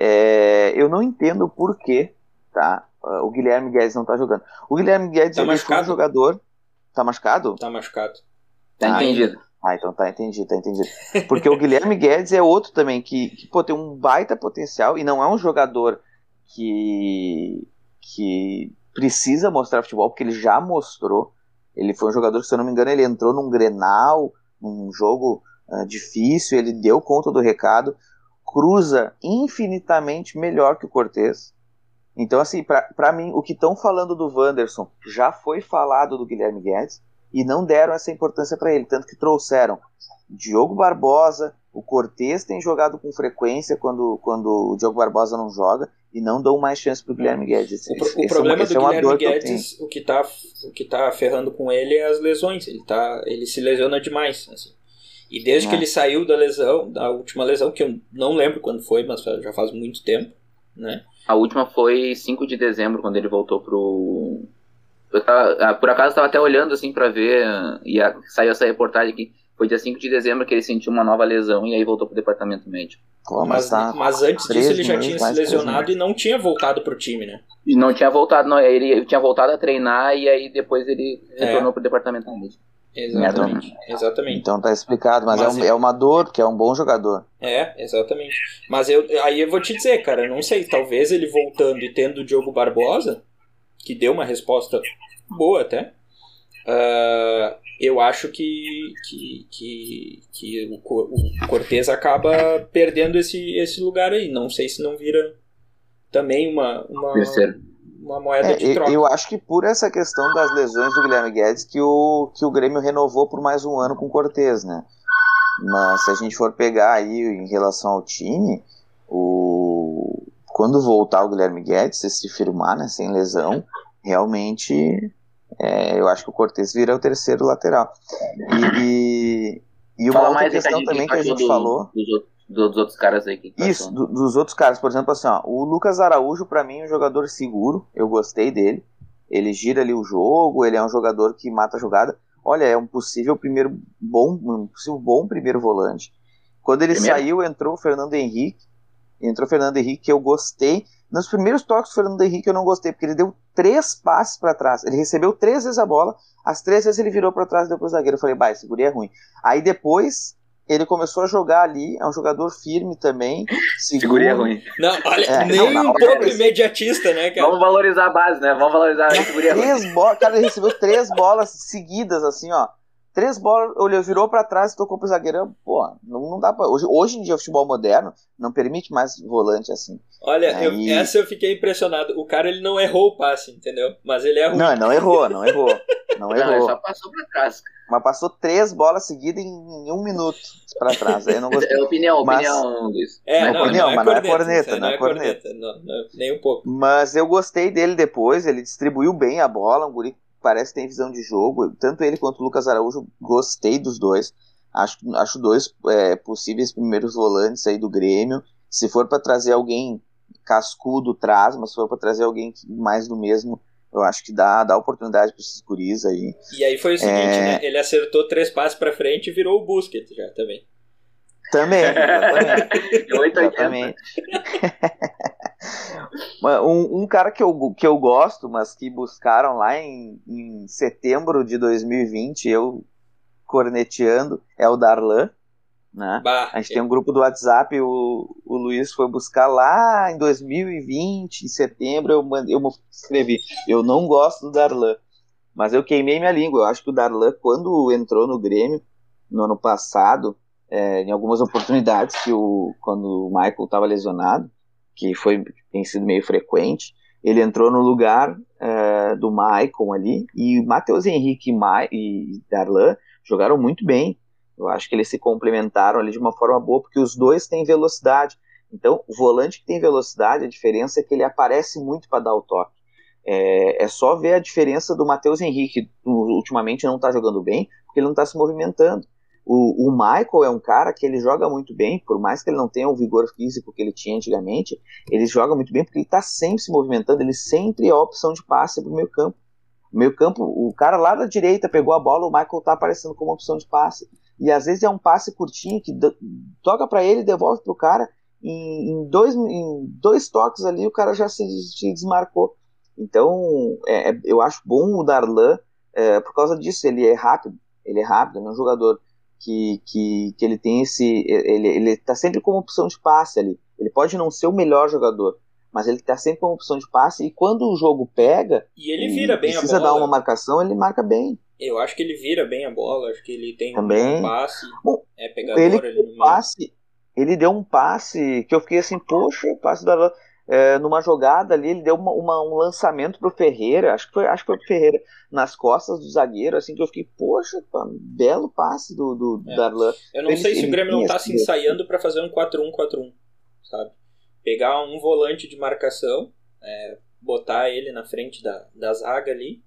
É, eu não entendo o porquê, tá? Uh, o Guilherme Guedes não tá jogando. O Guilherme Guedes tá ele machucado. foi um jogador. Tá machucado? Tá machucado. Tá ah, entendido. Ah, então tá entendido, tá entendido. Porque o Guilherme Guedes é outro também que, que pô, tem um baita potencial e não é um jogador que. que precisa mostrar futebol, porque ele já mostrou. Ele foi um jogador que, se eu não me engano, ele entrou num Grenal, num jogo uh, difícil, ele deu conta do recado, cruza infinitamente melhor que o Cortez. Então, assim, pra, pra mim, o que estão falando do Wanderson já foi falado do Guilherme Guedes e não deram essa importância para ele, tanto que trouxeram Diogo Barbosa, o Cortez tem jogado com frequência quando, quando o Diogo Barbosa não joga e não dão mais chance pro Guilherme Guedes. O, esse, o esse problema é uma, do é Guilherme Guedes, que o, que tá, o que tá ferrando com ele é as lesões, ele, tá, ele se lesiona demais, assim. E desde é. que ele saiu da lesão, da última lesão, que eu não lembro quando foi, mas já faz muito tempo, né? A última foi cinco de dezembro, quando ele voltou pro... Eu tava, por acaso eu estava até olhando assim para ver, e a, saiu essa reportagem aqui, foi dia cinco de dezembro que ele sentiu uma nova lesão e aí voltou pro departamento médico. Pô, mas, mas, tá mas antes disso ele já tinha se lesionado e não tinha voltado pro time, né? E não tinha voltado, não, ele tinha voltado a treinar e aí depois ele retornou é. pro departamento médico. Exatamente, exatamente. Então tá explicado, mas, mas é, um, é uma dor, porque é um bom jogador. É, exatamente. Mas eu, aí eu vou te dizer, cara, eu não sei, talvez ele voltando e tendo o Diogo Barbosa, que deu uma resposta boa até, uh, eu acho que, que, que, que o, o Cortez acaba perdendo esse, esse lugar aí. Não sei se não vira também uma... uma uma moeda é, de troca. Eu acho que por essa questão das lesões do Guilherme Guedes que o, que o Grêmio renovou por mais um ano com o Cortez, né? Mas se a gente for pegar aí em relação ao time, o... quando voltar o Guilherme Guedes, se se firmar, né, sem lesão, realmente é, eu acho que o Cortez vira o terceiro lateral. E, e, e uma Fala outra mais questão que também que a gente do, falou... Dos outros. Dos outros caras aí que Isso, do, dos outros caras, por exemplo, assim, ó, o Lucas Araújo, pra mim, é um jogador seguro, eu gostei dele, ele gira ali o jogo, ele é um jogador que mata a jogada, olha, é um possível primeiro bom, um possível bom primeiro volante. Quando ele primeiro? saiu, entrou o Fernando Henrique, entrou o Fernando Henrique, que eu gostei, nos primeiros toques do Fernando Henrique eu não gostei, porque ele deu três passes pra trás, ele recebeu três vezes a bola, as três vezes ele virou pra trás e deu pro zagueiro, eu falei, bah, esse guri é ruim. Aí depois... ele começou a jogar ali, é um jogador firme também. Segurinha ruim. Não, olha, é, nem não, um pouco é imediatista, né, cara? Vamos valorizar a base, né? Vamos valorizar a segurinha ruim. Bolas, cara, ele recebeu três bolas seguidas, assim, ó. Três bolas, ele virou pra trás e tocou pro zagueirão. Pô, não, não dá pra... Hoje, hoje em dia o futebol moderno não permite mais volante assim. Olha, é, eu, e... essa eu fiquei impressionado. O cara, ele não errou o passe, entendeu? Mas ele é ruim. Não, não errou, não errou. Não, não errou. Ele só passou pra trás. Mas passou três bolas seguidas em, em um minuto pra trás. Aí eu não gostei. É opinião, mas... opinião, Luiz. É, não, opinião, não é mas corneta, não é corneta, não é corneta. corneta. Não, não, nem um pouco. Mas eu gostei dele depois, ele distribuiu bem a bola, um guri que parece que tem visão de jogo. Tanto ele quanto o Lucas Araújo, gostei dos dois. Acho, acho dois é, possíveis primeiros volantes aí do Grêmio. Se for pra trazer alguém cascudo, traz, mas se for pra trazer alguém mais do mesmo, eu acho que dá, dá oportunidade para esses guris aí. E aí foi o seguinte, é... né? Ele acertou três passes pra frente e virou o Busquets já também. Também, exatamente. exatamente. um, um cara que eu, que eu gosto, mas que buscaram lá em, em setembro de dois mil e vinte, eu corneteando, é o Darlan. Né? Bah, a gente é. tem um grupo do WhatsApp, o, o Luiz foi buscar lá em dois mil e vinte, em setembro, eu, mandei, eu escrevi, eu não gosto do Darlan, mas eu queimei minha língua. Eu acho que o Darlan, quando entrou no Grêmio no ano passado, é, em algumas oportunidades, que o, quando o Michael estava lesionado, que foi, tem sido meio frequente, ele entrou no lugar é, do Michael ali, e Matheus Henrique e, Ma, e Darlan jogaram muito bem. Eu acho que eles se complementaram ali de uma forma boa, porque os dois têm velocidade. Então, o volante que tem velocidade, a diferença é que ele aparece muito para dar o toque. É, é só ver a diferença do Matheus Henrique, que ultimamente não está jogando bem, porque ele não está se movimentando. O, o Michael é um cara que ele joga muito bem, por mais que ele não tenha o vigor físico que ele tinha antigamente, ele joga muito bem porque ele está sempre se movimentando, ele sempre é a opção de passe para o meio campo. O meio campo, o cara lá da direita pegou a bola, o Michael está aparecendo como opção de passe. E às vezes é um passe curtinho que do, toca para ele, devolve pro cara, em, em, dois, em dois toques ali o cara já se, se desmarcou. Então é, eu acho bom o Darlan é, por causa disso. Ele é rápido, ele é rápido, ele é um jogador que, que, que ele tem esse, ele, ele tá sempre como opção de passe ali. Ele pode não ser o melhor jogador, mas ele tá sempre com uma opção de passe, e quando o jogo pega, e ele vira bem a bola, precisa dar uma marcação, ele marca bem. Eu acho que ele vira bem a bola, acho que ele tem Também. um passe, Bom, é pegador ele ali no meio. Passe, ele deu um passe que eu fiquei assim, poxa, passe da, é, numa jogada ali, ele deu uma, uma, um lançamento pro Ferreira, acho que foi, acho que foi pro Ferreira, nas costas do zagueiro, assim, que eu fiquei, poxa, pá, belo passe do, do é. Darlan. Eu não ele, sei se o Grêmio não tá se ensaiando para fazer um quatro um quatro um, sabe? Pegar um volante de marcação, é, botar ele na frente da, da zaga ali,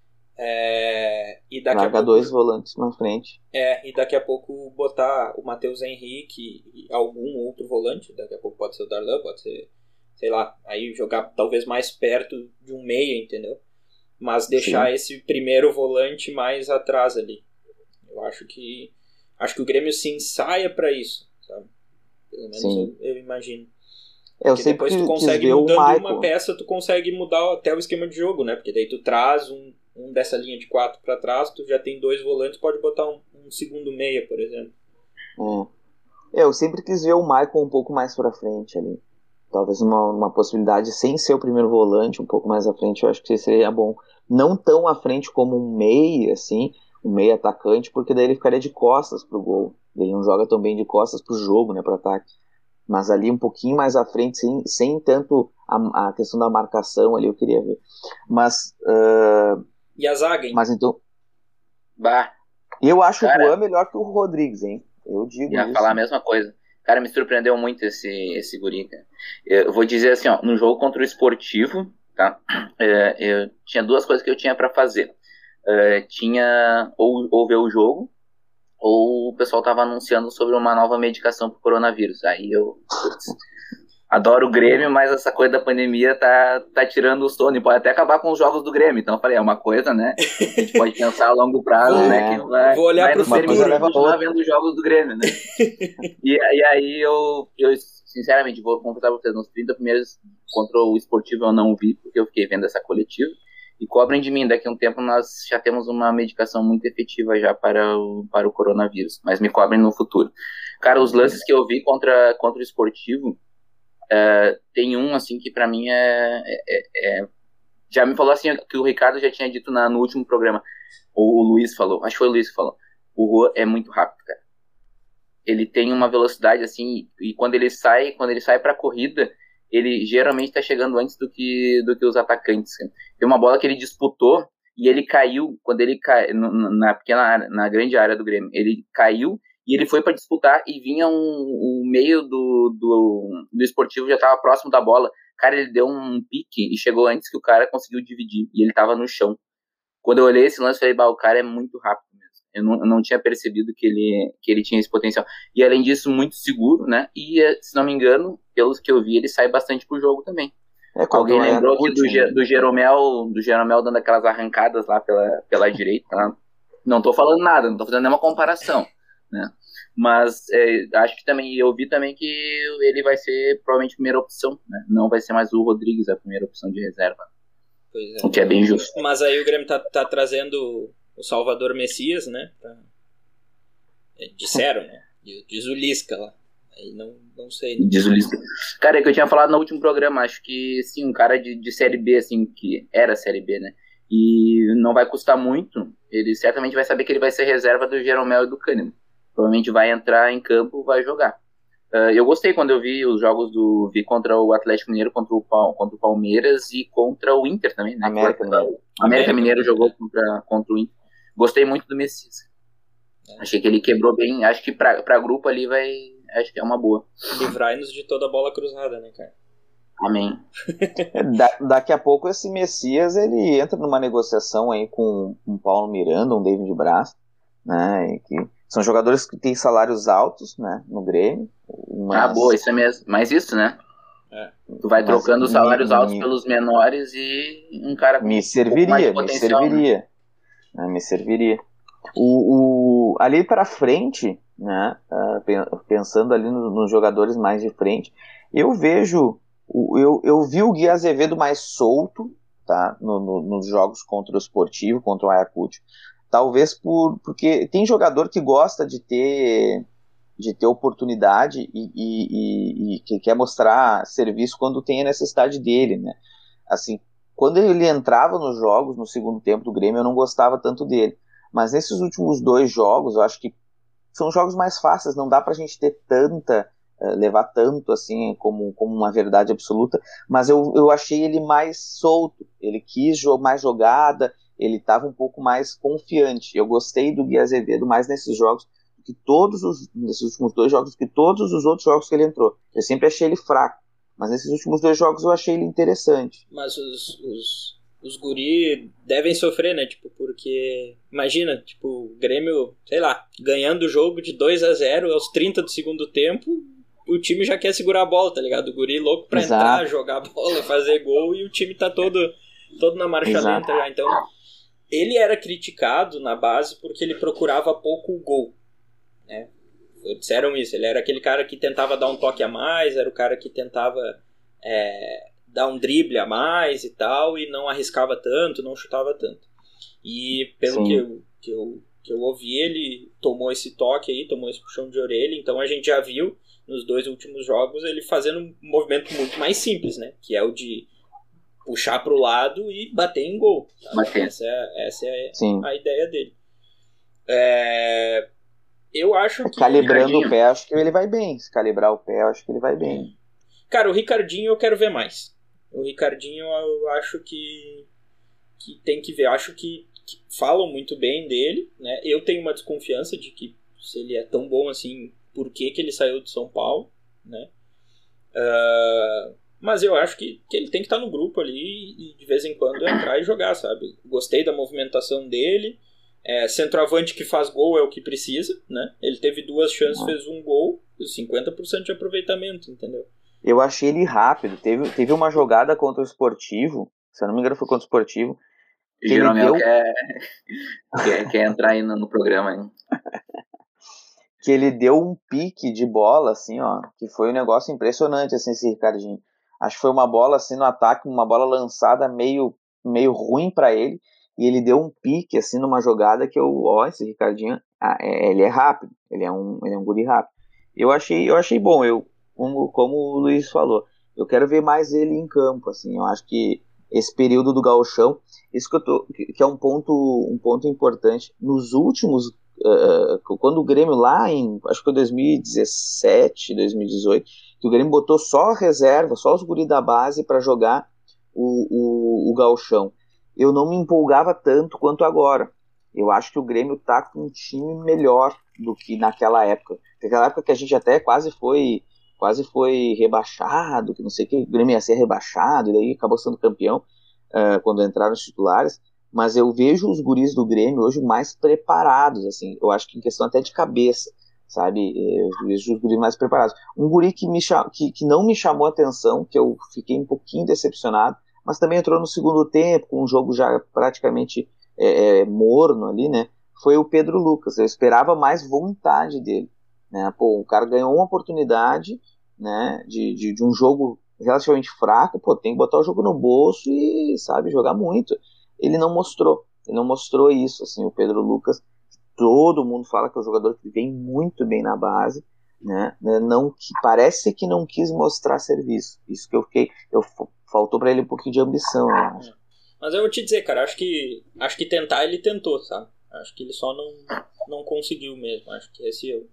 É, e daqui Larga a pouco, dois volantes na frente. É, e daqui a pouco botar o Matheus Henrique e algum outro volante. Daqui a pouco pode ser o Darlan, pode ser, sei lá, aí jogar talvez mais perto de um meia, entendeu? Mas deixar Sim. esse primeiro volante mais atrás ali. Eu acho que acho que o Grêmio se ensaia pra isso, sabe? Pelo menos eu, eu imagino. Eu Porque depois tu consegue, mudando uma peça, tu consegue mudar até o esquema de jogo, né? Porque daí tu traz um um dessa linha de quatro para trás, tu já tem dois volantes, pode botar um, um segundo meia, por exemplo. É. Eu sempre quis ver o Maicon um pouco mais pra frente ali. Talvez uma, uma possibilidade sem ser o primeiro volante, um pouco mais à frente, eu acho que seria bom. Não tão à frente como um meia, assim, um meia atacante, porque daí ele ficaria de costas pro gol. Ele não joga tão bem de costas pro jogo, né, pro ataque. Mas ali um pouquinho mais à frente, sem, sem tanto a, a questão da marcação ali, eu queria ver. Mas... Uh... E a zaga, hein? Mas então... Bah. Eu acho Cara, o Juan melhor que o Rodrigues, hein? Eu digo ia isso. falar a mesma coisa. Cara, me surpreendeu muito esse, esse guri, cara. Eu vou dizer assim, ó, no jogo contra o Esportivo, tá? É, eu tinha duas coisas que eu tinha pra fazer. É, tinha ou, ou ver o jogo, ou o pessoal tava anunciando sobre uma nova medicação pro coronavírus. Aí eu... Putz, adoro o Grêmio, mas essa coisa da pandemia tá, tá tirando o sono e pode até acabar com os jogos do Grêmio. Então eu falei, é uma coisa, né? A gente pode pensar a longo prazo, é, né? Que vai, vou olhar vai pro futuro. continuar vendo os jogos do Grêmio, né? e, e aí eu, eu, sinceramente, vou confessar pra vocês, nos trinta primeiros contra o Esportivo eu não vi, porque eu fiquei vendo essa coletiva. E cobrem de mim, daqui a um tempo nós já temos uma medicação muito efetiva já para o, para o coronavírus. Mas me cobrem no futuro. Cara, os lances que eu vi contra, contra o Esportivo, Uh, tem um, assim, que pra mim é, é, é... Já me falou, assim, que o Ricardo já tinha dito na, no último programa. O, o Luiz falou, acho que foi o Luiz que falou. O Juan é muito rápido, cara. Ele tem uma velocidade, assim, e quando ele sai, quando ele sai pra corrida, ele geralmente tá chegando antes do que, do que os atacantes. Tem uma bola que ele disputou e ele caiu, quando ele caiu, na pequena área, na grande área do Grêmio, ele caiu e ele foi para disputar e vinha um, um meio do, do, do Esportivo, já estava próximo da bola. Cara, ele deu um pique e chegou antes que o cara conseguiu dividir. E ele estava no chão. Quando eu olhei esse lance, eu falei, bah, o cara é muito rápido mesmo. Eu não, eu não tinha percebido que ele, que ele tinha esse potencial. E além disso, muito seguro, né? E, se não me engano, pelos que eu vi, ele sai bastante pro jogo também. É, Alguém lembrou aqui do, né? do, Jeromel, do Jeromel dando aquelas arrancadas lá pela, pela direita. Tá? Não tô falando nada, não tô fazendo nenhuma comparação, né? Mas é, acho que também, eu vi também que ele vai ser provavelmente a primeira opção, né? Não vai ser mais o Rodrigues a primeira opção de reserva. Pois é. O que é bem justo. Mas aí o Grêmio tá, tá trazendo o Salvador Messias, né? Pra... Disseram, né? Diz o Lisca lá. Aí não, não sei. Não. Diz o Lisca. Cara, é que eu tinha falado no último programa, acho que sim, um cara de, de Série B, assim, que era Série B, né? E não vai custar muito. Ele certamente vai saber que ele vai ser reserva do Jeromel e do Kahneman. Provavelmente vai entrar em campo, vai jogar. Uh, eu gostei quando eu vi os jogos do... Vi contra o Atlético Mineiro, contra o, contra o Palmeiras e contra o Inter também, né? América, América, América, América Mineiro jogou contra, contra o Inter. Gostei muito do Messias. É. Achei que ele quebrou bem. Acho que pra, pra grupo ali vai... Acho que é uma boa. Livrai-nos de toda a bola cruzada, né, cara? Amém. da, daqui a pouco esse Messias, ele entra numa negociação aí com um Paulo Miranda, um David Braz, né? E que são jogadores que têm salários altos, né, no Grêmio. Mas... Ah, boa, isso é mesmo. Mas isso, né? É. Tu vai mas trocando os salários me, altos me, pelos menores e um cara com me serviria, um me serviria, né? Me serviria. O, o, ali para frente, né, uh, pensando ali no, nos jogadores mais de frente, eu vejo, eu, eu vi o Gui Azevedo mais solto, tá, no, no, nos jogos contra o Sportivo, contra o Ayacucho. Talvez por, porque tem jogador que gosta de ter, de ter oportunidade e, e, e, e que quer mostrar serviço quando tem a necessidade dele, né? Assim, quando ele entrava nos jogos, no segundo tempo do Grêmio, eu não gostava tanto dele. Mas nesses últimos dois jogos, eu acho que são jogos mais fáceis, não dá pra gente ter tanta, uh, levar tanto assim como, como uma verdade absoluta, mas eu, eu achei ele mais solto, ele quis jo- mais jogada, ele estava um pouco mais confiante. Eu gostei do Gui Azevedo mais nesses jogos, que todos os, nesses últimos dois jogos, que todos os outros jogos que ele entrou. Eu sempre achei ele fraco, mas nesses últimos dois jogos eu achei ele interessante. Mas os... os... Os guri devem sofrer, né? Tipo, porque... Imagina, tipo, o Grêmio, sei lá, ganhando o jogo de dois a zero aos trinta do segundo tempo, o time já quer segurar a bola, tá ligado? O guri louco pra Exato. entrar, jogar a bola, fazer gol, e o time tá todo, todo na marcha Exato. lenta já. Então, ele era criticado na base porque ele procurava pouco o gol, né? Disseram isso, ele era aquele cara que tentava dar um toque a mais, era o cara que tentava... É, dar um drible a mais e tal, e não arriscava tanto, não chutava tanto. E pelo que eu, que, eu, que eu ouvi, ele tomou esse toque aí, tomou esse puxão de orelha, então a gente já viu nos dois últimos jogos ele fazendo um movimento muito mais simples, né? Que é o de puxar pro lado e bater em gol. Bater. Essa é, essa é a ideia dele. É, eu acho que... Calibrando o, o pé, acho que ele vai bem. Se calibrar o pé, acho que ele vai bem. Cara, o Ricardinho eu quero ver mais. O Ricardinho eu acho que, que tem que ver. Eu acho que, que falam muito bem dele, né? Eu tenho uma desconfiança de que se ele é tão bom assim, por que, que ele saiu de São Paulo, né? Uh, mas eu acho que, que ele tem que estar no grupo ali e de vez em quando entrar e jogar, sabe? Gostei da movimentação dele. É, centroavante que faz gol é o que precisa, né? Ele teve duas chances, fez um gol, cinquenta por cento de aproveitamento, entendeu? Eu achei ele rápido. Teve, teve uma jogada contra o Sportivo, se eu não me engano foi contra o Sportivo. Que Geralmente deu... quer, quer, quer entrar aí no, no programa. Hein? Que ele deu um pique de bola, assim, ó, que foi um negócio impressionante, assim, esse Ricardinho. Acho que foi uma bola, assim, no ataque, uma bola lançada meio, meio ruim pra ele, e ele deu um pique, assim, numa jogada que eu, ó, esse Ricardinho, ah, é, ele é rápido, ele é um, ele é um guri rápido. Eu achei, eu achei bom, eu Como, como o Luiz falou, eu quero ver mais ele em campo, assim, eu acho que esse período do gauchão, isso que, eu tô, que é um ponto, um ponto importante, nos últimos, uh, quando o Grêmio lá em, acho que foi dois mil e dezessete, dois mil e dezoito, que o Grêmio botou só reserva, só os guris da base para jogar o, o, o gauchão, eu não me empolgava tanto quanto agora. Eu acho que o Grêmio tá com um time melhor do que naquela época, naquela época que a gente até quase foi quase foi rebaixado, que não sei o que, o Grêmio ia ser rebaixado, e daí acabou sendo campeão uh, quando entraram os titulares, mas eu vejo os guris do Grêmio hoje mais preparados, assim, eu acho que em questão até de cabeça, sabe, eu vejo os guris mais preparados. Um guri que, me cham... que, que não me chamou a atenção, que eu fiquei um pouquinho decepcionado, mas também entrou no segundo tempo, com um jogo já praticamente é, é, morno ali, né, foi o Pedro Lucas. Eu esperava mais vontade dele, né, pô, o cara ganhou uma oportunidade, né, de, de, de um jogo relativamente fraco, pô, tem que botar o jogo no bolso e, sabe, jogar muito. Ele não mostrou, ele não mostrou isso, assim, o Pedro Lucas, todo mundo fala que é um jogador que vem muito bem na base, né, não, que parece que não quis mostrar serviço, isso que eu fiquei, eu, faltou pra ele um pouquinho de ambição, eu acho. Mas eu vou te dizer, cara, acho que, acho que tentar ele tentou, sabe, acho que ele só não, não conseguiu mesmo, acho que esse eu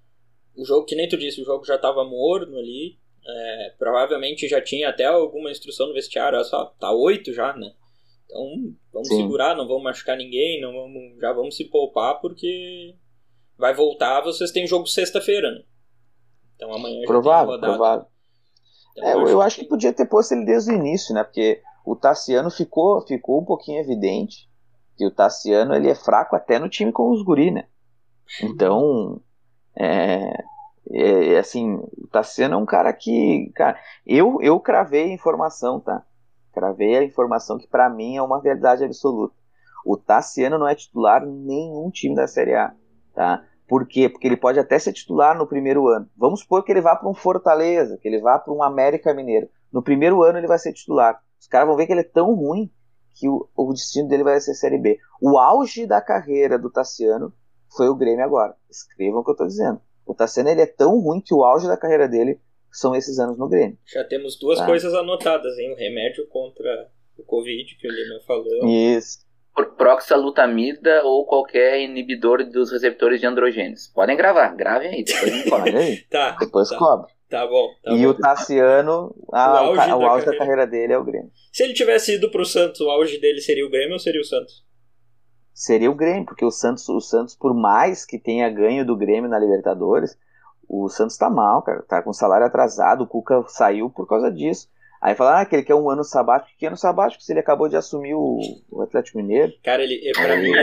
o jogo, que nem tu disse, o jogo já estava morno ali, é, provavelmente já tinha até alguma instrução no vestiário, olha só, tá oito já, né? Então vamos Sim. segurar, não vamos machucar ninguém, não vamos, já vamos se poupar porque vai voltar, vocês têm jogo sexta-feira, né? Então amanhã já provável, tem rodada. Provável. Então, é, eu, eu acho que... que podia ter posto ele desde o início, né? Porque o Tassiano ficou, ficou um pouquinho evidente que o Tassiano ele é fraco até no time com os guri, né? Então... É, é, assim, o Tassiano é um cara que, cara, eu, eu cravei a informação, tá? Cravei a informação que pra mim é uma verdade absoluta. O Tassiano não é titular em nenhum time da Série A, tá? Por quê? Porque ele pode até ser titular no primeiro ano. Vamos supor que ele vá para um Fortaleza, que ele vá para um América Mineiro. No primeiro ano ele vai ser titular. Os caras vão ver que ele é tão ruim que o, o destino dele vai ser Série B. O auge da carreira do Tassiano foi o Grêmio agora. Escrevam o que eu tô dizendo. O Tassiano, ele é tão ruim que o auge da carreira dele são esses anos no Grêmio. Já temos duas ah. coisas anotadas, hein? O remédio contra o Covid, que o Lima falou. Isso. Proxalutamida ou qualquer inibidor dos receptores de androgênios. Podem gravar, gravem aí, depois me cobrem. tá, depois tá. cobre. Tá bom. Tá e bom. o Tassiano, a, o auge, o, da, o auge carreira... da carreira dele é o Grêmio. Se ele tivesse ido pro Santos, o auge dele seria o Grêmio ou seria o Santos? Seria o Grêmio, porque o Santos, o Santos, por mais que tenha ganho do Grêmio na Libertadores, o Santos tá mal, cara. Tá com salário atrasado, o Cuca saiu por causa disso. Aí falaram ah, que ele quer um ano sabático. Que ano sabático? Se ele acabou de assumir o, o Atlético Mineiro. Cara, ele... Pra mim...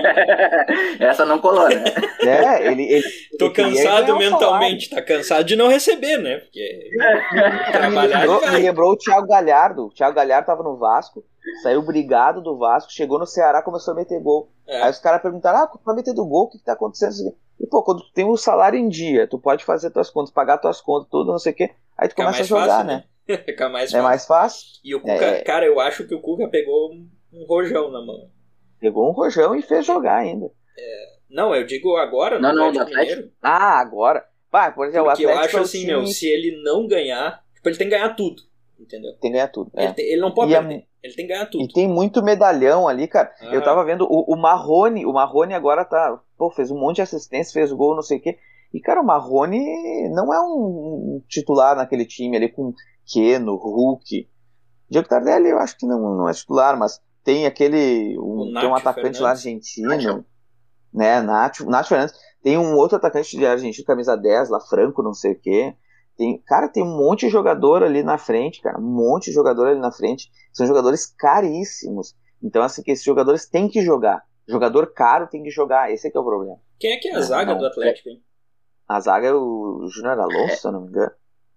Essa não colou, né? É, ele... ele Tô ele cansado mentalmente. Tá cansado de não receber, né? Porque trabalhar me lembrou, me lembrou o Thiago Galhardo. O Thiago Galhardo tava no Vasco, saiu brigado do Vasco, chegou no Ceará, começou a meter gol. É. Aí os caras perguntaram, ah, tu tá metendo gol, o que que tá acontecendo? E, pô, quando tu tem um salário em dia, tu pode fazer tuas contas, pagar tuas contas, tudo, não sei o quê, aí tu Fica começa a jogar, fácil, né? né? Fica mais é fácil. mais fácil. E o Cuca, é... cara, eu acho que o Cuca pegou um rojão na mão. Pegou um rojão e fez jogar ainda. É... Não, eu digo agora no não, não, Atlético Mineiro. Ah, agora. Pá, por exemplo, Porque o Atlético eu acho é assim, time... meu, se ele não ganhar, tipo, ele tem que ganhar tudo, entendeu? Tem que ganhar tudo, é. Ele, tem, ele não pode e perder, é... ele tem que ganhar tudo. E tem muito medalhão ali, cara. Ah. Eu tava vendo o, o Marrone, o Marrone agora tá, pô, fez um monte de assistência, fez gol, não sei o quê. E, cara, o Marrone não é um, um titular naquele time ali com Keno, Hulk. Diego Tardelli eu acho que não, não é titular, mas tem aquele, um, tem um atacante Fernandes. lá argentino, Nacho. né, Nacho, Nacho Fernandes. Tem um outro atacante de argentino, camisa dez, lá, Franco, não sei o quê. Tem, cara, tem um monte de jogador ali na frente, cara, um monte de jogador ali na frente. São jogadores caríssimos. Então, assim, que esses jogadores têm que jogar. Jogador caro tem que jogar, esse é que é o problema. Quem é que é a zaga não, do Atlético, hein? A zaga é o Júnior Alonso, é. se eu não me engano.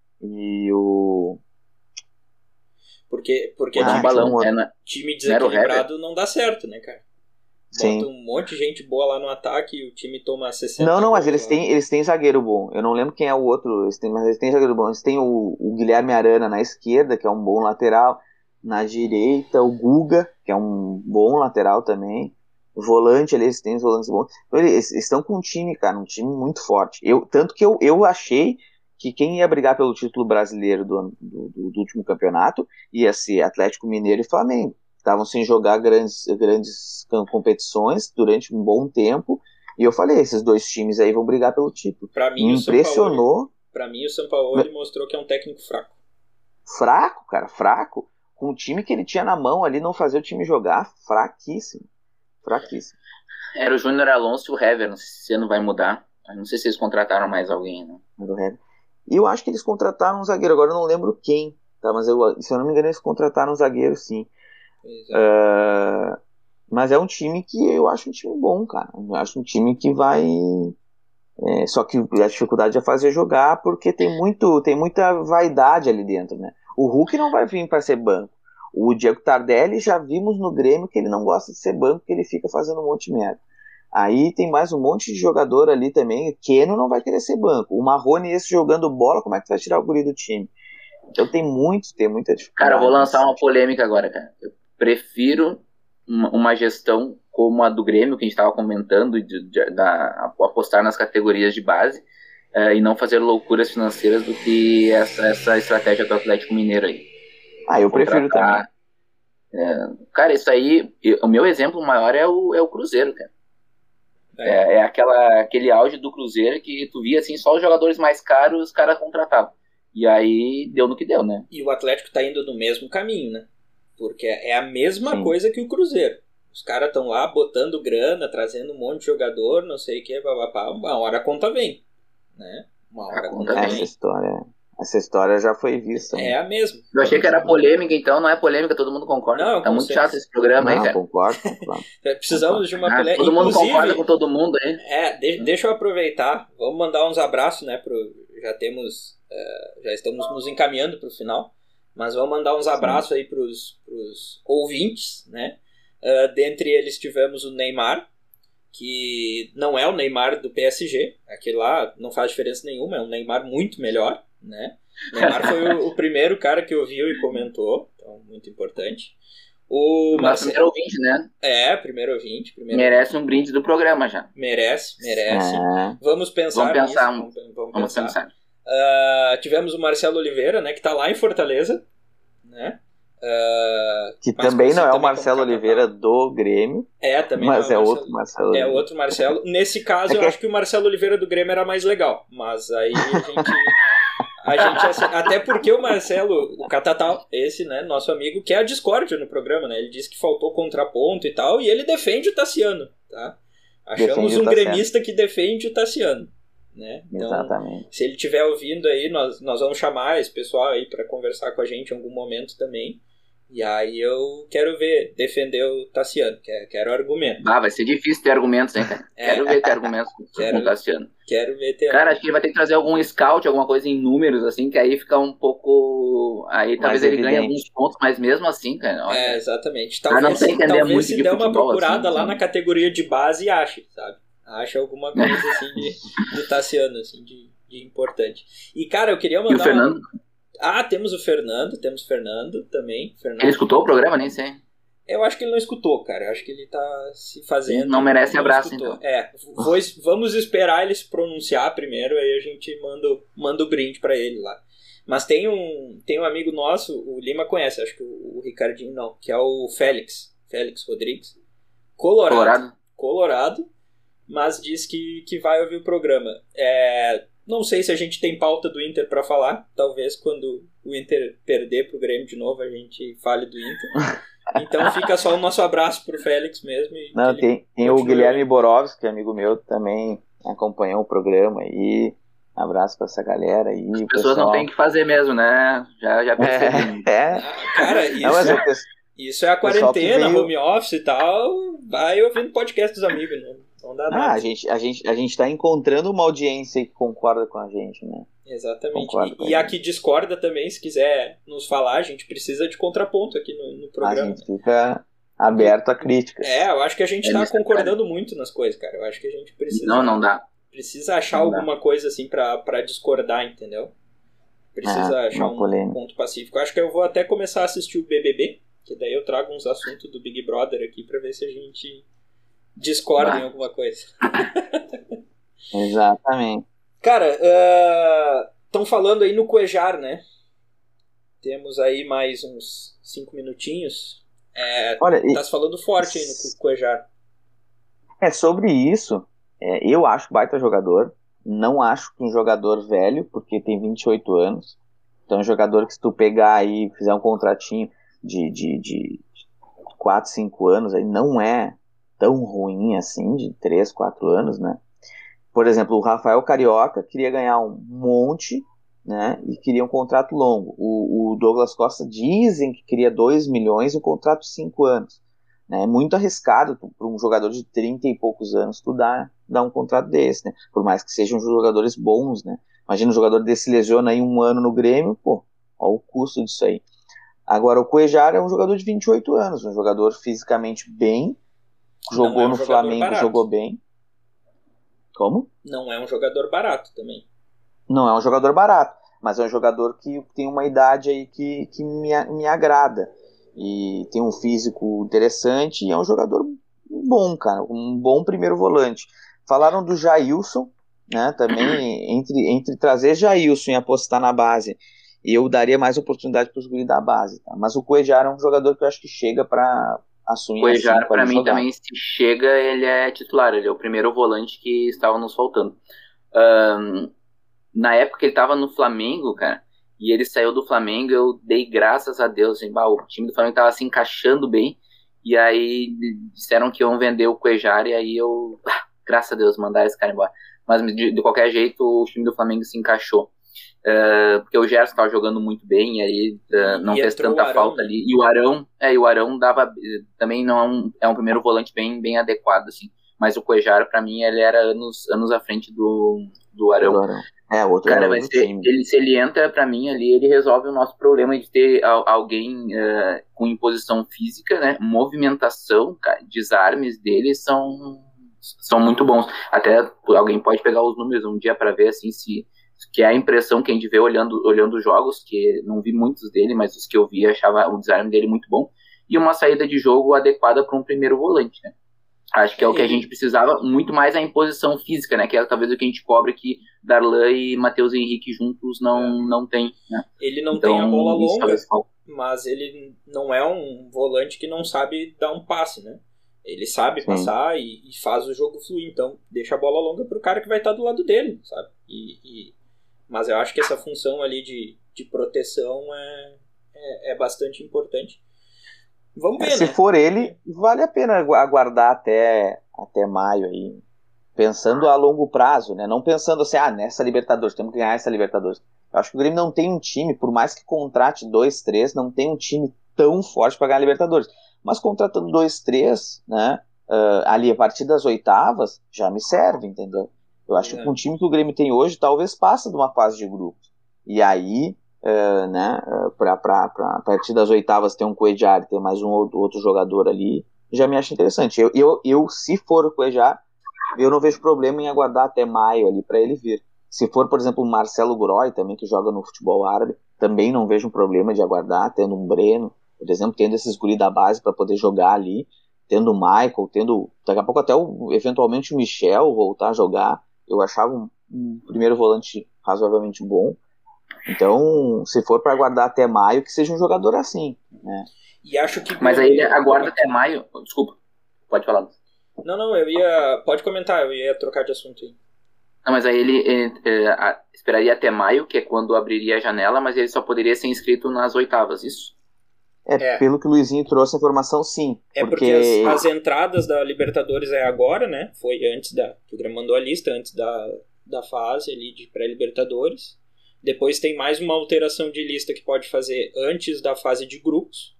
E o... Porque, porque ah, time, balão, é na... time desequilibrado não dá certo, né, cara? Sim. Bota um monte de gente boa lá no ataque e o time toma sessenta. Não, não, mas eles têm, eles têm zagueiro bom. Eu não lembro quem é o outro, eles têm, mas eles têm zagueiro bom. Eles têm o, o Guilherme Arana na esquerda, que é um bom lateral. Na direita, o Guga, que é um bom lateral também. O volante ali, eles têm os volantes bons. Então, eles, eles estão com um time, cara, um time muito forte. Eu, tanto que eu, eu achei que quem ia brigar pelo título brasileiro do, do, do, do último campeonato ia ser Atlético Mineiro e Flamengo. Estavam sem jogar grandes, grandes competições durante um bom tempo. E eu falei, esses dois times aí vão brigar pelo título. Pra mim, Me impressionou. Para mim, o Sampaoli mostrou que é um técnico fraco. Fraco, cara, fraco. Com o time que ele tinha na mão ali, não fazer o time jogar, fraquíssimo. Fraquíssimo. Era o Júnior Alonso e o Hever, não sei se esse ano vai mudar. Eu não sei se eles contrataram mais alguém, né? Era o Hever. E eu acho que eles contrataram um zagueiro, agora eu não lembro quem, tá? Mas eu, se eu não me engano, eles contrataram um zagueiro, sim. Uh, mas é um time que eu acho um time bom, cara. Eu acho um time que vai. É, só que a dificuldade é fazer jogar porque tem, muito, tem muita vaidade ali dentro, né? O Hulk não vai vir para ser banco. O Diego Tardelli já vimos no Grêmio que ele não gosta de ser banco, que ele fica fazendo um monte de merda. Aí tem mais um monte de jogador ali também. O Keno não vai querer ser banco. O Marrone, esse jogando bola, como é que tu vai tirar o guri do time? Então tem muito, tem muita dificuldade. Cara, eu vou lançar uma polêmica agora, cara. Eu prefiro uma, uma gestão como a do Grêmio, que a gente estava comentando, de, de, da, apostar nas categorias de base uh, e não fazer loucuras financeiras do que essa, essa estratégia do Atlético Mineiro aí. Ah, eu prefiro também. É, cara, isso aí, eu, o meu exemplo maior é o, é o Cruzeiro, cara. É, é, é aquela, aquele auge do Cruzeiro que tu via assim, só os jogadores mais caros os caras contratavam. E aí deu no que deu, né? E o Atlético tá indo no mesmo caminho, né? Porque é a mesma Sim. coisa que o Cruzeiro. Os caras estão lá botando grana, trazendo um monte de jogador, não sei o que, papapá. Uma hora a conta vem, né? Uma hora a conta vem. Essa história, essa história já foi vista. É, é a mesma. Eu achei que era polêmica, então não é polêmica, todo mundo concorda. Não, tá muito chato esse programa não, aí, cara. Concordo, concordo. Precisamos de uma ah, polêmica. Todo mundo Inclusive, concorda com todo mundo aí. É, deixa, deixa eu aproveitar. Vamos mandar uns abraços, né? Pro, já temos... Uh, já estamos nos encaminhando para o final, mas vamos mandar uns abraços Sim. aí para os ouvintes, né? Uh, dentre eles tivemos o Neymar, que não é o Neymar do P S G, aquele lá não faz diferença nenhuma, é um Neymar muito melhor, né? O Neymar foi o, o primeiro cara que ouviu e comentou, então muito importante. O Marcelo... primeiro ouvinte, né? É, primeiro ouvinte. Primeiro merece ouvinte. um brinde do programa já. Merece, merece. É. Vamos pensar Vamos pensar. Nisso. Vamos, vamos, vamos pensar. pensar. Uh, tivemos o Marcelo Oliveira, né, que tá lá em Fortaleza, né? Uh, que também não é o Marcelo Oliveira do Grêmio. É, também mas não é, é o outro Marcelo. É outro Marcelo. Nesse caso, é eu que... acho que o Marcelo Oliveira do Grêmio era mais legal. Mas aí a gente... A gente assim, até porque o Marcelo, o Catatal, esse, né, nosso amigo, quer a discórdia no programa, né? Ele disse que faltou contraponto e tal, e ele defende o Tassiano, tá? Achamos defende um gremista que defende o Tassiano, né? Então, exatamente. Se ele estiver ouvindo aí, nós, nós vamos chamar esse pessoal aí para conversar com a gente em algum momento também. E aí eu quero ver, defender o Tassiano, quero, quero argumento. Ah, vai ser difícil ter argumentos, hein, cara? É. Quero ver ter argumentos quero, com o Tassiano. Quero ver ter Cara, acho que ele vai ter que trazer algum scout, alguma coisa em números, assim, que aí fica um pouco... Aí talvez mais ele evidente. Ganhe alguns pontos, mas mesmo assim, cara... Olha, é, exatamente. Talvez, não sei entender talvez muito se de der futebol, uma procurada assim, lá assim. na categoria de base, ache, sabe? Acha alguma coisa, assim, de, do Tassiano, assim, de, de importante. E, cara, eu queria mandar... E o Fernando? Uma... Ah, temos o Fernando, temos o Fernando também. Fernando. Ele escutou o programa? Nem sei. Eu acho que ele não escutou, cara. Eu acho que ele tá se fazendo... Não merece não abraço, escutou. então. É, pois, vamos esperar ele se pronunciar primeiro, aí a gente manda, manda o brinde pra ele lá. Mas tem um, tem um amigo nosso, o Lima conhece, acho que o, o Ricardinho não, que é o Félix, Félix Rodrigues. Colorado. Colorado. Colorado, mas diz que, que vai ouvir o programa. É... Não sei se a gente tem pauta do Inter pra falar. Talvez quando o Inter perder pro Grêmio de novo, a gente fale do Inter. Então fica só o nosso abraço pro Félix mesmo. E não, tem, tem o Guilherme Borovski, que é amigo meu, também acompanhou o programa. E abraço pra essa galera aí. As pessoas pessoal... não tem que fazer mesmo, né? Já, já percebi. É, é. Ah, cara, isso, não, mas eu... isso é a quarentena, veio... home office e tal. Vai ouvindo podcast dos amigos, né? Não dá nada. Ah, a gente, a gente, a gente tá encontrando uma audiência que concorda com a gente, né? Exatamente. E, e a que discorda também, se quiser nos falar, a gente precisa de contraponto aqui no, no programa. A gente fica aberto a críticas. É, eu acho que a gente é tá concordando cara. muito nas coisas, cara. Eu acho que a gente precisa... Não, não dá. Precisa achar não alguma dá. coisa assim pra, pra discordar, entendeu? Precisa é, achar um polêmica. ponto pacífico. Eu acho que eu vou até começar a assistir o B B B, que daí eu trago uns assuntos do Big Brother aqui pra ver se a gente... discordem em alguma coisa. Exatamente. Cara, estão uh, falando aí no Cuejar, né? Temos aí mais uns cinco minutinhos. É, Olha, tá se falando forte aí no Cuejar. É, sobre isso, é, eu acho baita jogador. Não acho que um jogador velho, porque tem vinte e oito anos. Então, um jogador que se tu pegar aí e fizer um contratinho de, de, de quatro, cinco anos, aí não é tão ruim assim, de três, quatro anos, né? Por exemplo, o Rafael Carioca queria ganhar um monte, né? E queria um contrato longo. O, o Douglas Costa dizem que queria dois milhões e um contrato de cinco anos. Né? É muito arriscado para um jogador de trinta e poucos anos tu dar, dar um contrato desse, né? Por mais que sejam jogadores bons, né? Imagina um jogador desse lesiona aí um ano no Grêmio, pô, olha o custo disso aí. Agora, o Cuejar é um jogador de vinte e oito anos, um jogador fisicamente bem, jogou é um no Flamengo, barato. Jogou bem. Como? Não é um jogador barato também. Não é um jogador barato, mas é um jogador que tem uma idade aí que, que me, me agrada. E tem um físico interessante e é um jogador bom, cara. Um bom primeiro volante. Falaram do Jailson, né? Também, entre, entre trazer Jailson e apostar na base, eu daria mais oportunidade para os guris da base. Tá? Mas o Cuejar é um jogador que eu acho que chega para... O Cuejar, para mim, jogar. Também, se chega, ele é titular. Ele é o primeiro volante que estava nos faltando. Um, na época que ele estava no Flamengo, cara, e ele saiu do Flamengo, eu dei graças a Deus. Assim, bah, o time do Flamengo estava se encaixando bem, e aí disseram que iam vender o Cuejar, e aí eu, graças a Deus, mandaram esse cara embora. Mas, de, de qualquer jeito, o time do Flamengo se encaixou. Uh, porque o Gerson estava jogando muito bem, e aí uh, não e fez tanta falta ali. E o Arão, é, e o Arão dava, também não é um, é um primeiro volante bem, bem adequado, assim. Mas o Cuejar, pra mim, ele era anos, anos à frente do, do Arão. É, outro cara, mas se ele, se ele entra, pra mim, ali, ele resolve o nosso problema de ter alguém uh, com imposição física, né? Movimentação, cara, desarmes dele são, são muito bons. Até alguém pode pegar os números um dia pra ver, assim, se... que é a impressão que a gente vê olhando, olhando os jogos, que não vi muitos dele, mas os que eu vi, achava o desarme dele muito bom. e uma saída de jogo adequada para um primeiro volante, né? Acho que é o que a gente precisava, muito mais a imposição física, né? Que é talvez o que a gente cobre que Darlan e Matheus Henrique juntos não, não tem, né? Ele não então, tem a bola longa, mas ele não é um volante que não sabe dar um passe, né? Ele sabe Sim. passar e, e faz o jogo fluir, então deixa a bola longa pro cara que vai estar do lado dele, sabe? E, e... Mas eu acho que essa função ali de, de proteção é, é, é bastante importante. Vamos ver, Se né? for ele, vale a pena aguardar até, até maio aí. Pensando a longo prazo, né? Não pensando assim, ah, nessa Libertadores, temos que ganhar essa Libertadores. Eu acho que o Grêmio não tem um time, por mais que contrate dois, três, não tem um time tão forte para ganhar a Libertadores. Mas contratando dois, três, né? Uh, ali a partir das oitavas, já me serve, entendeu? Eu acho é. que com o time que o Grêmio tem hoje, talvez passe de uma fase de grupos. E aí... Uh, né, uh, pra, pra, pra, a partir das oitavas ter um Cuéllar e ter mais um ou outro jogador ali, já me acho interessante. Eu, eu, eu se for o Cuéllar, eu não vejo problema em aguardar até maio ali para ele vir. Se for, por exemplo, o Marcelo Groy também, que joga no futebol árabe, também não vejo um problema de aguardar, tendo um Breno, por exemplo, tendo esses guri da base para poder jogar ali, tendo o Michael, tendo daqui a pouco até o, eventualmente o Michel voltar a jogar. Eu achava um, um primeiro volante razoavelmente bom. Então, se for para aguardar até maio, que seja um jogador assim, né? E acho que... Mas aí ele aguarda até maio... Desculpa, pode falar. Não, não, eu ia... Pode comentar, eu ia trocar de assunto aí. Não, mas aí ele, ele, ele a, esperaria até maio, que é quando abriria a janela, mas ele só poderia ser inscrito nas oitavas, isso? É, é. Pelo que o Luizinho trouxe a informação, sim. É porque, porque as, as entradas da Libertadores é agora, né? Foi antes da... que o Grêmio mandou a lista, antes da, da fase ali de pré-Libertadores. Depois tem mais uma alteração de lista que pode fazer antes da fase de grupos.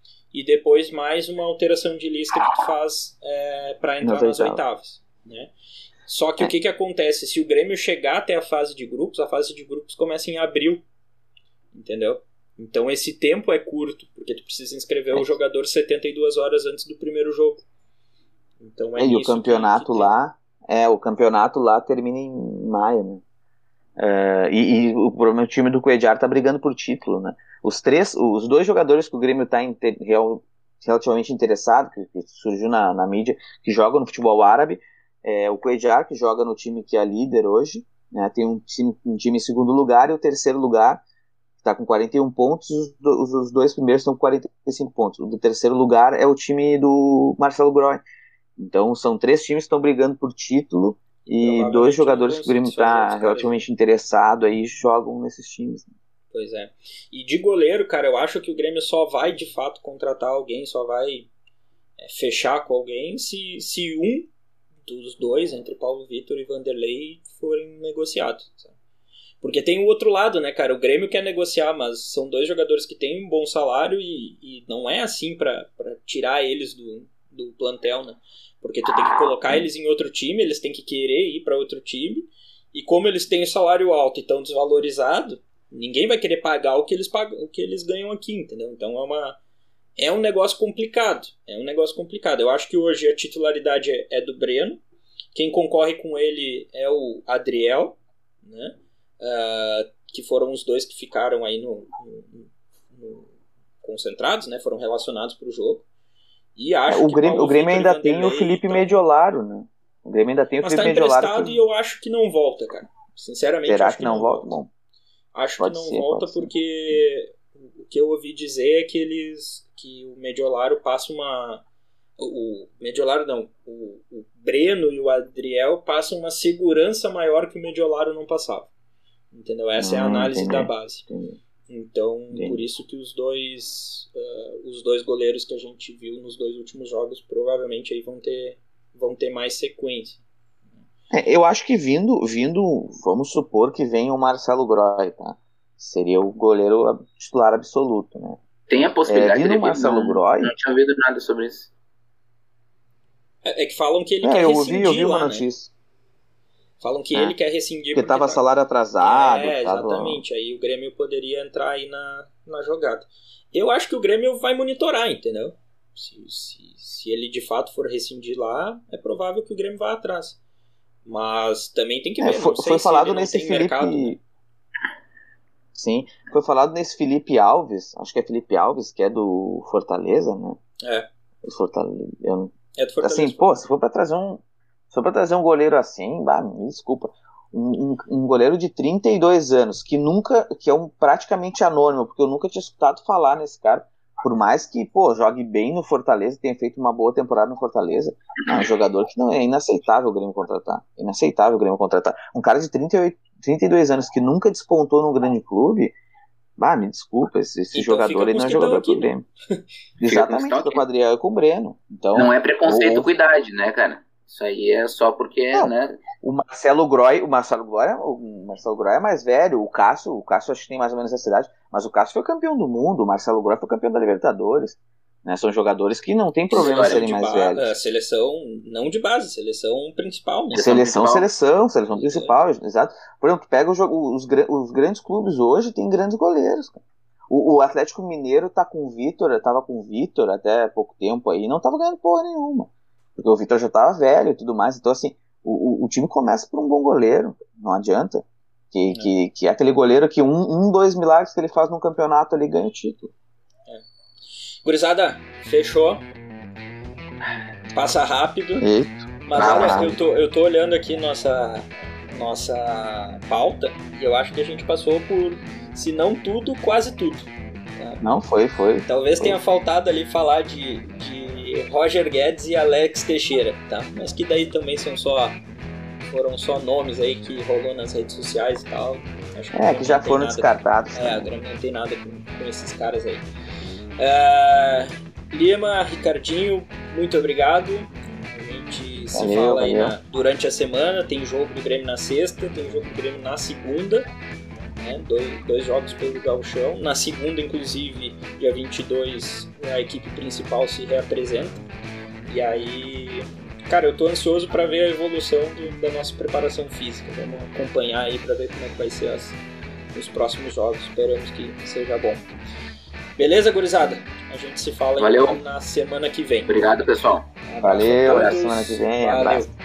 E depois mais uma alteração de lista que tu faz é, para entrar nas oitavas. Né? Só que é. o que, que acontece? Se o Grêmio chegar até a fase de grupos, a fase de grupos começa em abril. Entendeu? Então esse tempo é curto, porque tu precisa inscrever é. o jogador setenta e duas horas antes do primeiro jogo. Então é, é e o campeonato que, que lá, é, o campeonato lá termina em maio, né? Uh, e, e o problema é que o time do Cuéllar tá brigando por título, né? Os três, os dois jogadores que o Grêmio tá inter, real, relativamente interessado, que, que surgiu na, na mídia, que jogam no futebol árabe, é o Cuéllar, que joga no time que é líder hoje, né? Tem um time, um time em segundo lugar, e o terceiro lugar está com quarenta e um pontos, os, os, os dois primeiros estão com quarenta e cinco pontos. O do terceiro lugar é o time do Marcelo Groy. Então são três times que estão brigando por título. E dois jogadores que o Grêmio está relativamente interessado aí jogam nesses times. Né? Pois é. E de goleiro, cara, eu acho que o Grêmio só vai de fato contratar alguém, só vai é, fechar com alguém se, se um dos dois, entre Paulo Vitor e Vanderlei, forem negociados. Sabe? Porque tem o outro lado, né, cara? O Grêmio quer negociar, mas são dois jogadores que têm um bom salário e, e não é assim pra, pra tirar eles do, do plantel, né? Porque tu tem que colocar eles em outro time, eles têm que querer ir para outro time, e como eles têm o salário alto e estão desvalorizados, ninguém vai querer pagar o que eles pagam, o que eles ganham aqui, entendeu? Então é uma é um negócio complicado, é um negócio complicado. Eu acho que hoje a titularidade é, é do Breno, quem concorre com ele é o Adriel, né? Uh, que foram os dois que ficaram aí no, no, no concentrados, né? Foram relacionados para o jogo. E acho o Grêmio, que o Grêmio ainda tem o Felipe então... Mediolaro, né? O Grêmio ainda tem o Mas Felipe tá Mediolaro. Mas tá emprestado que... e eu acho que não volta, cara. Sinceramente, Será acho que, que não, não volta? volta. Bom, acho que não ser, volta porque o que eu ouvi dizer é que eles que o Mediolaro passa uma o Mediolaro não, o, o Breno e o Adriel passam uma segurança maior que o Mediolaro não passava. Entendeu? Essa hum, é a análise entendi, da base. Entendi. Então, entendi. Por isso que os dois uh, os dois goleiros que a gente viu nos dois últimos jogos provavelmente aí vão ter, vão ter mais sequência. É, eu acho que vindo, vindo, vamos supor que venha o Marcelo Groy, tá? Seria o goleiro titular absoluto, né? Tem a possibilidade é, vindo de o Marcelo não, Groy. Não tinha ouvido nada sobre isso. É, é que falam que ele é, quer eu rescindir ouvi, eu vi lá, uma notícia. Né? Falam que é. ele quer rescindir porque, porque tava tá... salário atrasado. É, tava... exatamente. Aí o Grêmio poderia entrar aí na, na jogada. Eu acho que o Grêmio vai monitorar, entendeu? Se, se, se ele de fato for rescindir lá, é provável que o Grêmio vá atrás. Mas também tem que ver. É, foi não sei foi se falado ele não nesse tem Felipe. mercado, né? Sim, foi falado nesse Felipe Alves, acho que é Felipe Alves, que é do Fortaleza, né? É. Do Fortaleza. Eu, é do Fortaleza. Assim, pô, se for pra trazer um. Se for pra trazer um goleiro assim, bah, me desculpa. Um, um, um goleiro de trinta e dois anos, que nunca. Que é um praticamente anônimo, porque eu nunca tinha escutado falar nesse cara. Por mais que, pô, jogue bem no Fortaleza, tenha feito uma boa temporada no Fortaleza, é um jogador que não é inaceitável o Grêmio contratar. Inaceitável o Grêmio contratar. Um cara de trinta e oito, trinta e dois anos que nunca despontou num grande clube, ah, me desculpa, esse, esse então jogador aí não é jogador aqui, pro Grêmio. Né? Exatamente, tô com o Adriano e com o Breno. Então, não é preconceito ou... com idade, né, cara? Isso aí é só porque, não, né? O Marcelo Groy, o Marcelo Groy, o Marcelo Groy é mais velho, o Cássio, o Cássio acho que tem mais ou menos essa idade, mas o Cássio foi campeão do mundo, o Marcelo Groy foi campeão da Libertadores, né? São jogadores que não tem problema em serem mais ba- velhos. Seleção, não de base, seleção principal, né? Seleção, seleção, seleção principal, é. Exato. Por exemplo, tu pega os, os, os grandes clubes hoje, tem grandes goleiros, cara. O, o Atlético Mineiro tá com o Vitor, tava com o Vitor até pouco tempo aí, não tava ganhando porra nenhuma. Porque o Vitor já tava velho e tudo mais. Então, assim, o, o, o time começa por um bom goleiro. Não adianta. Que, é. que, que é aquele goleiro que um, um, dois milagres que ele faz num campeonato ali ganha o título. É. Gurizada, fechou. Passa rápido. Eita. Mas ah, olha, eu tô, eu tô olhando aqui nossa, nossa pauta e eu acho que a gente passou por, se não tudo, quase tudo. Tá? Não, foi, foi. Talvez foi. tenha faltado ali falar de... de Roger Guedes e Alex Teixeira, tá? Mas que daí também são só foram só nomes aí que rolou nas redes sociais e tal. Acho que é, que já foram descartados. Com, é, agora não tem nada com, com esses caras aí. Uh, Lima, Ricardinho, muito obrigado. A gente se valeu, fala aí na, durante a semana. Tem jogo do Grêmio na sexta, tem jogo do Grêmio na segunda. Né, dois, dois jogos pelo Gauchão. Na segunda, inclusive, dia vinte e dois, a equipe principal se reapresenta. E aí, cara, eu tô ansioso para ver a evolução do, da nossa preparação física. Vamos acompanhar aí para ver como é que vai ser as, os próximos jogos. Esperamos que seja bom. Beleza, gurizada? A gente se fala aí na semana que vem. Obrigado, pessoal. Valeu, até semana que vem. Valeu. Abraço.